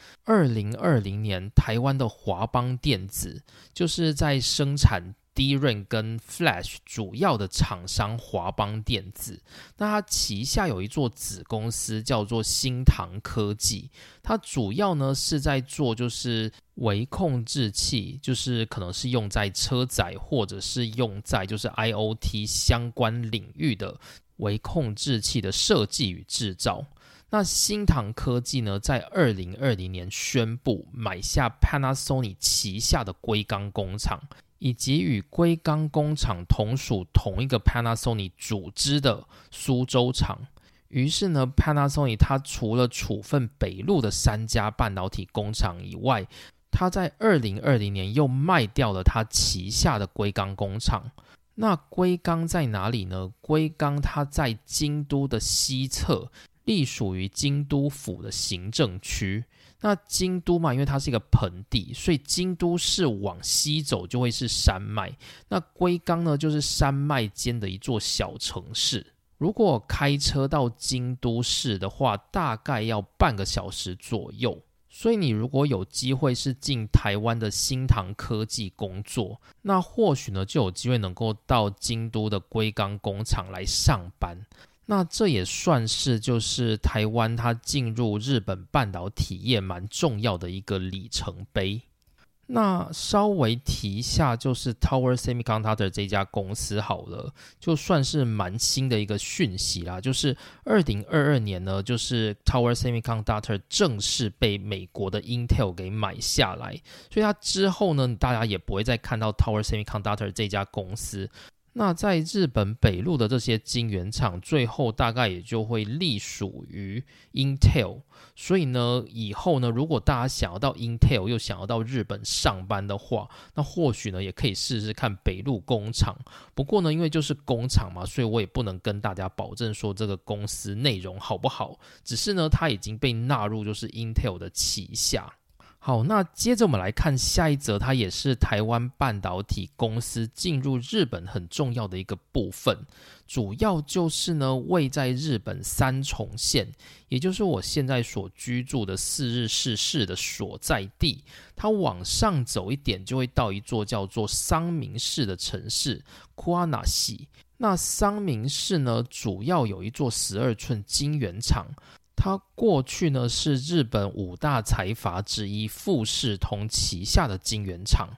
S1: ？2020年，台湾的华邦电子就是在生产DRAM 跟 Flash 主要的厂商华邦电子，那它旗下有一座子公司叫做新唐科技，它主要呢是在做就是微控制器，就是可能是用在车载或者是用在就是 IoT 相关领域的微控制器的设计与制造。那新唐科技呢，在2020年宣布买下 Panasonic 旗下的龟冈工厂，以及与龟冈工厂同属同一个 Panasonic 组织的苏州厂。于是呢 Panasonic 它除了处分北路的3家半导体工厂以外，它在2020年又卖掉了它旗下的龟冈工厂。那龟冈在哪里呢？龟冈它在京都的西侧，隶属于京都府的行政区。那京都嘛，因为它是一个盆地，所以京都市往西走就会是山脉。那龟冈呢，就是山脉间的一座小城市。如果开车到京都市的话，大概要半个小时左右。所以你如果有机会是进台湾的新唐科技工作，那或许呢就有机会能够到京都的龟冈工厂来上班。那这也算是就是台湾它进入日本半导体业蛮重要的一个里程碑。那稍微提一下就是 Tower Semiconductor 这家公司好了，就算是蛮新的一个讯息啦，就是2022年呢，就是 Tower Semiconductor 正式被美国的 Intel 给买下来，所以它之后呢，大家也不会再看到 Tower Semiconductor 这家公司。那在日本北路的这些晶圆厂，最后大概也就会隶属于 Intel。所以呢，以后呢，如果大家想要到 Intel 又想要到日本上班的话，那或许呢也可以试试看北路工厂。不过呢，因为就是工厂嘛，所以我也不能跟大家保证说这个公司内容好不好。只是呢，它已经被纳入就是 Intel 的旗下。好，那接着我们来看下一则，它也是台湾半导体公司进入日本很重要的一个部分，主要就是呢位在日本三重县，也就是我现在所居住的四日市市的所在地。它往上走一点就会到一座叫做桑名市的城市桑名市。那桑名市呢，主要有一座12寸晶圆厂。它过去呢是日本5大财阀之一富士通旗下的晶圆厂。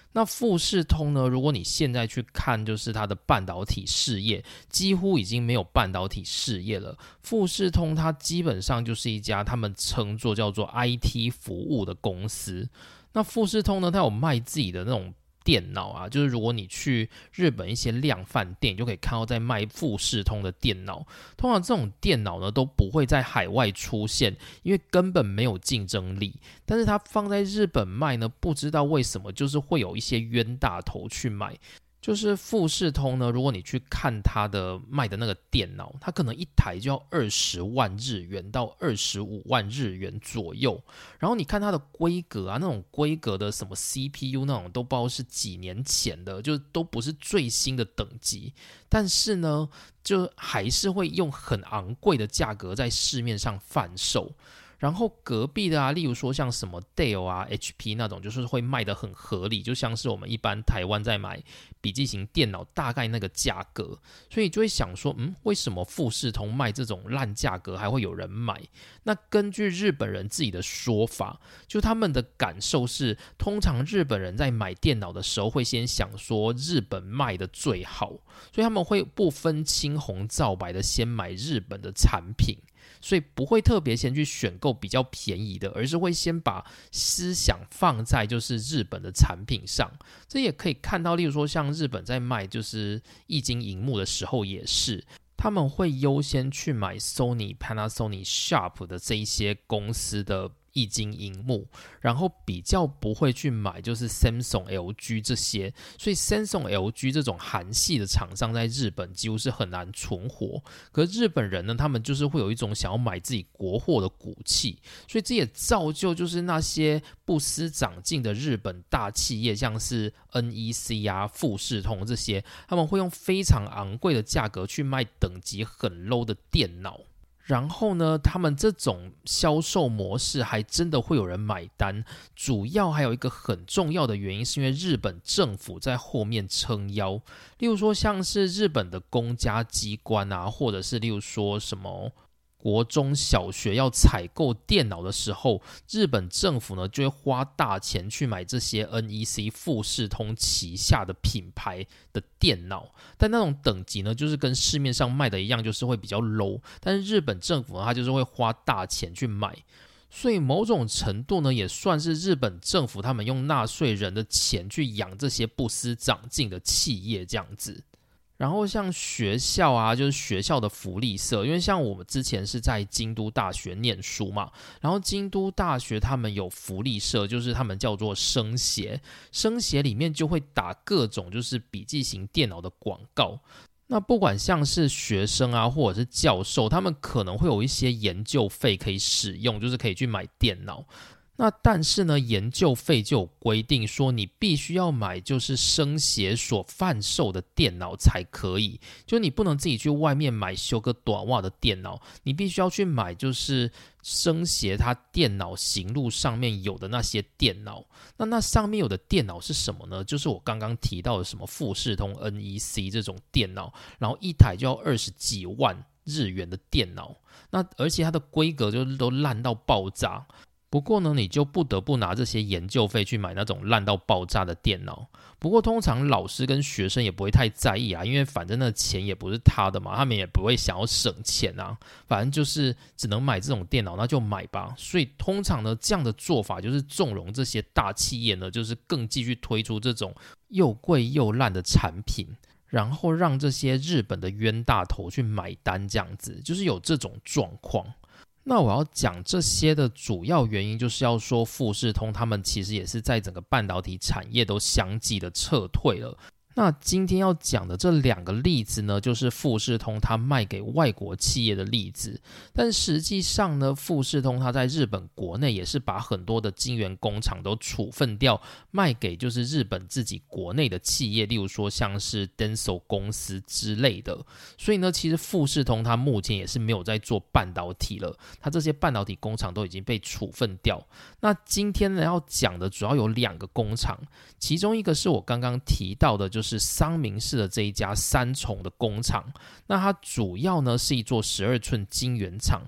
S1: 那富士通呢，如果你现在去看就是它的半导体事业，几乎已经没有半导体事业了。富士通它基本上就是一家他们称作叫做 IT 服务的公司。那富士通呢，它有卖自己的那种电脑啊，就是如果你去日本一些量贩店，你就可以看到在卖富士通的电脑。通常这种电脑呢都不会在海外出现，因为根本没有竞争力。但是它放在日本卖呢，不知道为什么就是会有一些冤大头去买。就是富士通呢，如果你去看它的卖的那个电脑，它可能一台就要20万日元到25万日元左右。然后你看它的规格啊，那种规格的什么 CPU 那种都不知道是几年前的，就都不是最新的等级。但是呢，就还是会用很昂贵的价格在市面上贩售。然后隔壁的啊，例如说像什么 Dell 啊、HP 那种，就是会卖得很合理，就像是我们一般台湾在买笔记型电脑大概那个价格，所以就会想说，为什么富士通卖这种烂价格还会有人买？那根据日本人自己的说法，就他们的感受是，通常日本人在买电脑的时候会先想说日本卖的最好，所以他们会不分青红皂白的先买日本的产品。所以不会特别先去选购比较便宜的，而是会先把思想放在就是日本的产品上。这也可以看到，例如说像日本在卖就是液晶萤幕的时候也是，他们会优先去买 Sony、Panasonic、Sharp 的这一些公司的液晶萤幕，然后比较不会去买就是 Samsung、LG 这些，所以 Samsung、LG 这种韩系的厂商在日本几乎是很难存活。可是日本人呢，他们就是会有一种想要买自己国货的骨气，所以这也造就就是那些不思长进的日本大企业，像是 NEC 啊、富士通这些，他们会用非常昂贵的价格去卖等级很 low 的电脑。然后呢，他们这种销售模式还真的会有人买单，主要还有一个很重要的原因，是因为日本政府在后面撑腰。例如说像是日本的公家机关啊，或者是例如说什么国中小学要采购电脑的时候，日本政府呢就会花大钱去买这些 NEC 富士通旗下的品牌的电脑，但那种等级呢就是跟市面上卖的一样，就是会比较 low， 但是日本政府呢它就是会花大钱去买，所以某种程度呢也算是日本政府他们用纳税人的钱去养这些不思长进的企业这样子。然后像学校啊，就是学校的福利社，因为像我们之前是在京都大学念书嘛，然后京都大学他们有福利社，就是他们叫做生协，生协里面就会打各种就是笔记型电脑的广告。那不管像是学生啊，或者是教授，他们可能会有一些研究费可以使用，就是可以去买电脑。那但是呢，研究费就有规定说，你必须要买就是生协所贩售的电脑才可以，就你不能自己去外面买修个短袜的电脑，你必须要去买就是生协它电脑型录上面有的那些电脑。那上面有的电脑是什么呢？就是我刚刚提到的什么富士通 NEC 这种电脑，然后一台就要20几万日元的电脑，那而且它的规格就都烂到爆炸。不过呢，你就不得不拿这些研究费去买那种烂到爆炸的电脑。不过通常老师跟学生也不会太在意啊，因为反正那钱也不是他的嘛，他们也不会想要省钱啊，反正就是只能买这种电脑，那就买吧。所以通常呢，这样的做法就是纵容这些大企业呢，就是更继续推出这种又贵又烂的产品，然后让这些日本的冤大头去买单，这样子就是有这种状况。那我要讲这些的主要原因，就是要说富士通他们其实也是在整个半导体产业都相继的撤退了。那今天要讲的这2个例子呢，就是富士通它卖给外国企业的例子。但实际上呢，富士通它在日本国内也是把很多的晶圆工厂都处分掉，卖给就是日本自己国内的企业，例如说像是 Denso 公司之类的。所以呢，其实富士通它目前也是没有在做半导体了，它这些半导体工厂都已经被处分掉。那今天呢要讲的主要有2个工厂，其中一个是我刚刚提到的，就是桑明市的这一家三重的工厂。那它主要呢是一座12寸晶圆厂，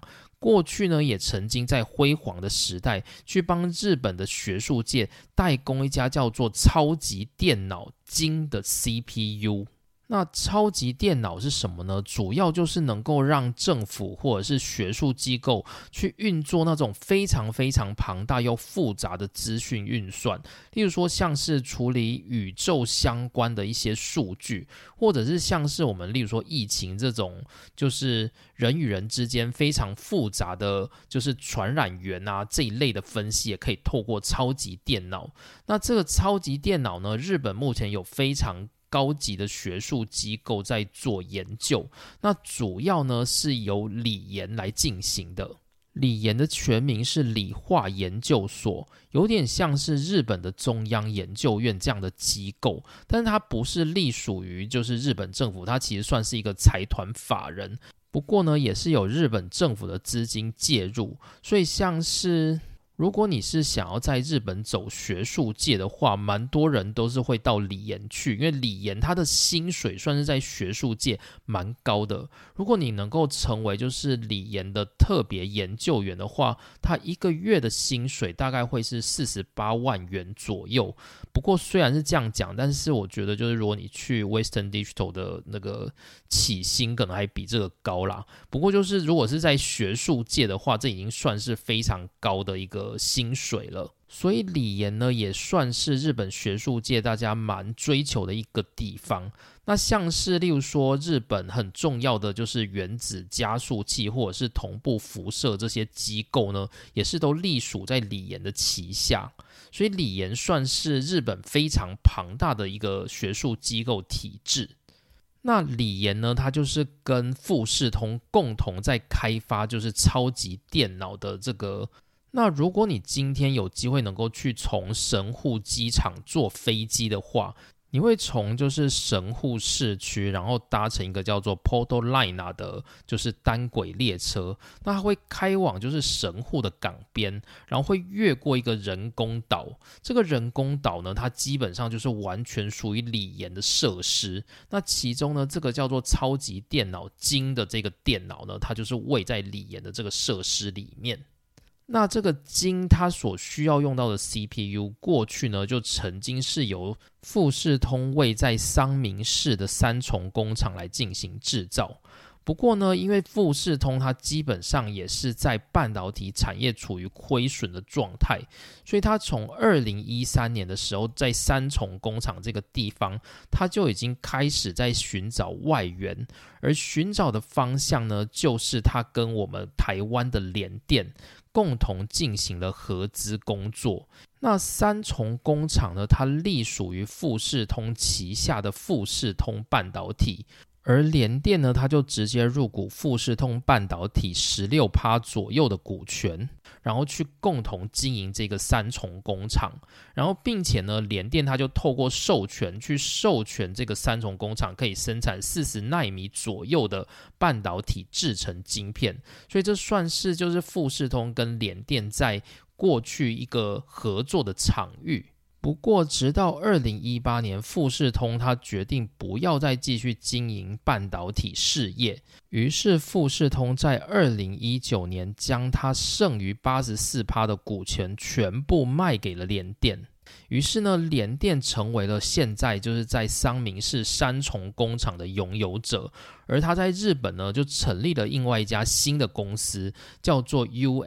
S1: 过去呢也曾经在辉煌的时代去帮日本的学术界代工一家叫做超级电脑晶的 CPU。那超级电脑是什么呢？主要就是能够让政府或者是学术机构去运作那种非常非常庞大又复杂的资讯运算，例如说像是处理宇宙相关的一些数据，或者是像是我们例如说疫情这种就是人与人之间非常复杂的就是传染源啊这一类的分析，也可以透过超级电脑。那这个超级电脑呢，日本目前有非常高级的学术机构在做研究，那主要呢是由理研来进行的。理研的全名是理化研究所，有点像是日本的中央研究院这样的机构，但是它不是隶属于就是日本政府，它其实算是一个财团法人。不过呢，也是有日本政府的资金介入，所以像是如果你是想要在日本走学术界的话，蛮多人都是会到理研去，因为理研它的薪水算是在学术界蛮高的。如果你能够成为就是理研的特别研究员的话，他一个月的薪水大概会是48万元左右。不过虽然是这样讲，但是我觉得就是如果你去 Western Digital 的那个起薪可能还比这个高啦。不过就是如果是在学术界的话，这已经算是非常高的一个薪水了。所以理研呢也算是日本学术界大家蛮追求的一个地方。那像是例如说日本很重要的就是原子加速器或者是同步辐射这些机构呢，也是都隶属在理研的旗下。所以理研算是日本非常庞大的一个学术机构体制。那理研呢，它就是跟富士通共同在开发就是超级电脑的这个。那如果你今天有机会能够去从神户机场坐飞机的话，你会从就是神户市区，然后搭乘一个叫做 Porto Line 的就是单轨列车，那它会开往就是神户的港边，然后会越过一个人工岛。这个人工岛呢，它基本上就是完全属于理研的设施。那其中呢，这个叫做超级电脑晶的这个电脑呢，它就是位在理研的这个设施里面。那这个晶它所需要用到的 CPU， 过去呢就曾经是由富士通位在桑明市的三重工厂来进行制造。不过呢，因为富士通它基本上也是在半导体产业处于亏损的状态，所以它从2013年的时候，在三重工厂这个地方，它就已经开始在寻找外援，而寻找的方向呢，就是它跟我们台湾的联电共同进行了合资工作。那三重工厂呢，它隶属于富士通旗下的富士通半导体，而联电呢，它就直接入股富士通半导体16%左右的股权，然后去共同经营这个三重工厂。然后并且呢，联电它就透过授权去授权这个三重工厂可以生产40奈米左右的半导体制程晶片。所以这算是就是富士通跟联电在过去一个合作的场域。不过直到2018年，富士通它决定不要再继续经营半导体事业，于是富士通在2019年将它剩余84%的股权全部卖给了联电。于是呢，联电成为了现在就是在桑明市三重工厂的拥有者，而他在日本呢就成立了另外一家新的公司，叫做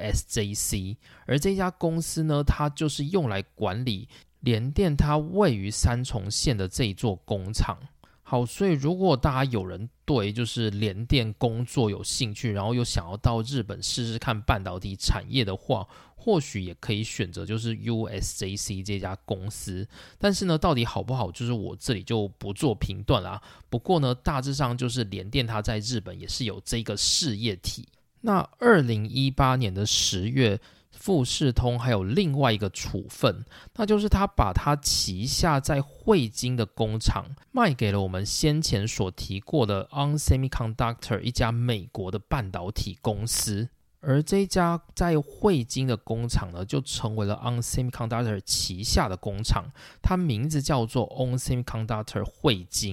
S1: USJC， 而这家公司呢，它就是用来管理联电它位于三重县的这一座工厂。好，所以如果大家有人对就是联电工作有兴趣，然后又想要到日本试试看半导体产业的话，或许也可以选择就是 USJC 这家公司。但是呢，到底好不好，就是我这里就不做评断啦。不过呢，大致上就是联电它在日本也是有这个事业体。那2018年的10月，富士通还有另外一个处分，那就是他把他旗下在汇晶的工厂卖给了我们先前所提过的 ON Semiconductor 一家美国的半导体公司。而这一家在汇晶的工厂呢，就成为了 ON Semiconductor 旗下的工厂，它名字叫做 ON Semiconductor 汇晶。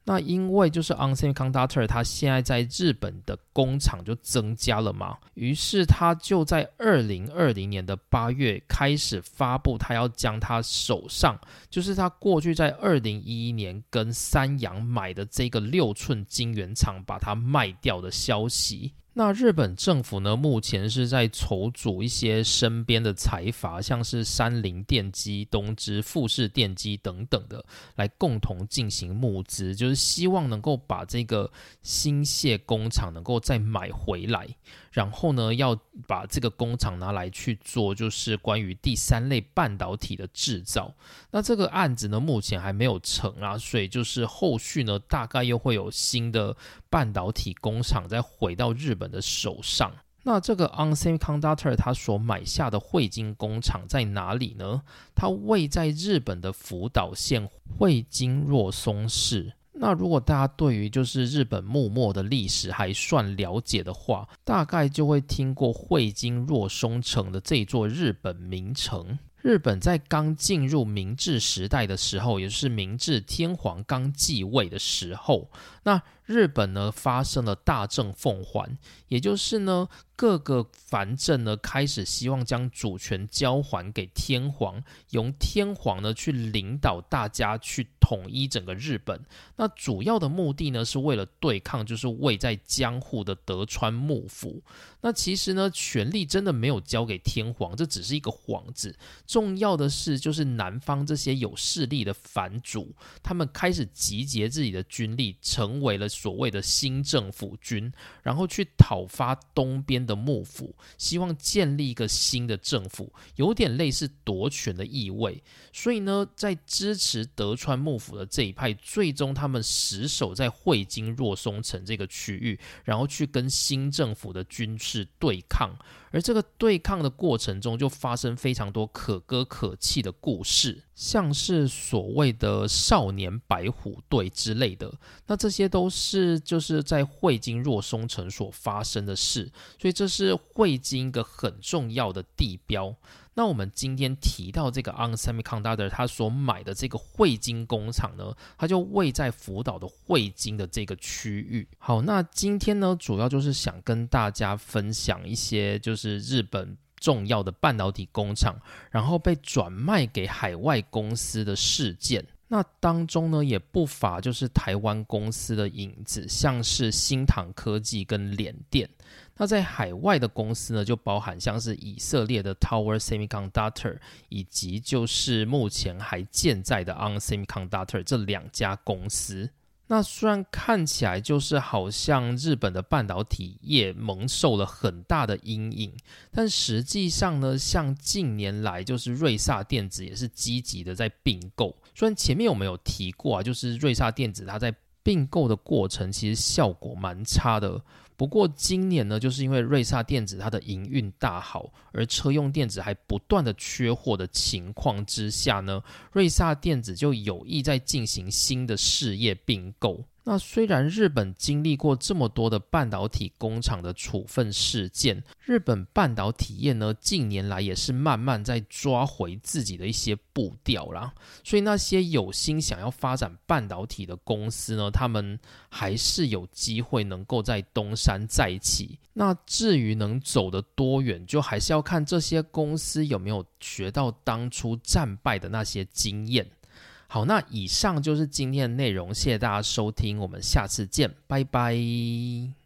S1: 那因为就是 ON Semiconductor 它现在在日本的工厂就增加了嘛，于是它就在2020年的8月开始发布它要将它手上就是它过去在2011年跟三洋买的这个6寸晶圆厂把它卖掉的消息。那日本政府呢，目前是在筹组一些身边的财阀，像是三菱电机、东芝、富士电机等等的，来共同进行募资，就是希望能够把这个新泻工厂能够再买回来，然后呢，要把这个工厂拿来去做，就是关于第三类半导体的制造。那这个案子呢，目前还没有成啊，所以就是后续呢，大概又会有新的半导体工厂再回到日本的手上。那这个 ON Semiconductor 它所买下的汇晶工厂在哪里呢？它位在日本的福岛县汇晶若松市。那如果大家对于就是日本幕末的历史还算了解的话，大概就会听过汇晶若松城的这一座日本名城。日本在刚进入明治时代的时候，也就是明治天皇刚继位的时候，那日本呢发生了大政奉还，也就是呢各个藩镇呢开始希望将主权交还给天皇，由天皇呢去领导大家去统一整个日本。那主要的目的呢是为了对抗就是位在江户的德川幕府。那其实呢权力真的没有交给天皇，这只是一个幌子。重要的是就是南方这些有势力的藩主，他们开始集结自己的军力，成为了所谓的新政府军，然后去讨伐东边的幕府，希望建立一个新的政府，有点类似夺权的意味。所以呢，在支持德川幕府的这一派，最终他们死守在汇晶若松城这个区域，然后去跟新政府的军事对抗。而这个对抗的过程中，就发生非常多可歌可泣的故事，像是所谓的少年白虎队之类的。那这些都是就是在汇晶若松城所发生的事，所以这是汇晶一个很重要的地标。那我们今天提到这个 ON Semiconductor 他所买的这个汇晶工厂呢，它就位在福岛的汇晶的这个区域。好，那今天呢主要就是想跟大家分享一些就是日本重要的半导体工厂，然后被转卖给海外公司的事件。那当中呢也不乏就是台湾公司的影子，像是新唐科技跟联电。那在海外的公司呢，就包含像是以色列的 Tower Semiconductor 以及就是目前还健在的 ON Semiconductor 这2家公司。那虽然看起来就是好像日本的半导体业蒙受了很大的阴影，但实际上呢，像近年来就是瑞萨电子也是积极的在并购。虽然前面我们有提过啊，就是瑞萨电子它在并购的过程其实效果蛮差的。不过今年呢，就是因为瑞萨电子它的营运大好，而车用电子还不断的缺货的情况之下呢，瑞萨电子就有意在进行新的事业并购。那虽然日本经历过这么多的半导体工厂的处分事件，日本半导体业呢近年来也是慢慢在抓回自己的一些步调啦，所以那些有心想要发展半导体的公司呢，他们还是有机会能够在东山再起。那至于能走得多远，就还是要看这些公司有没有学到当初战败的那些经验。好，那以上就是今天的内容，谢谢大家收听，我们下次见，拜拜。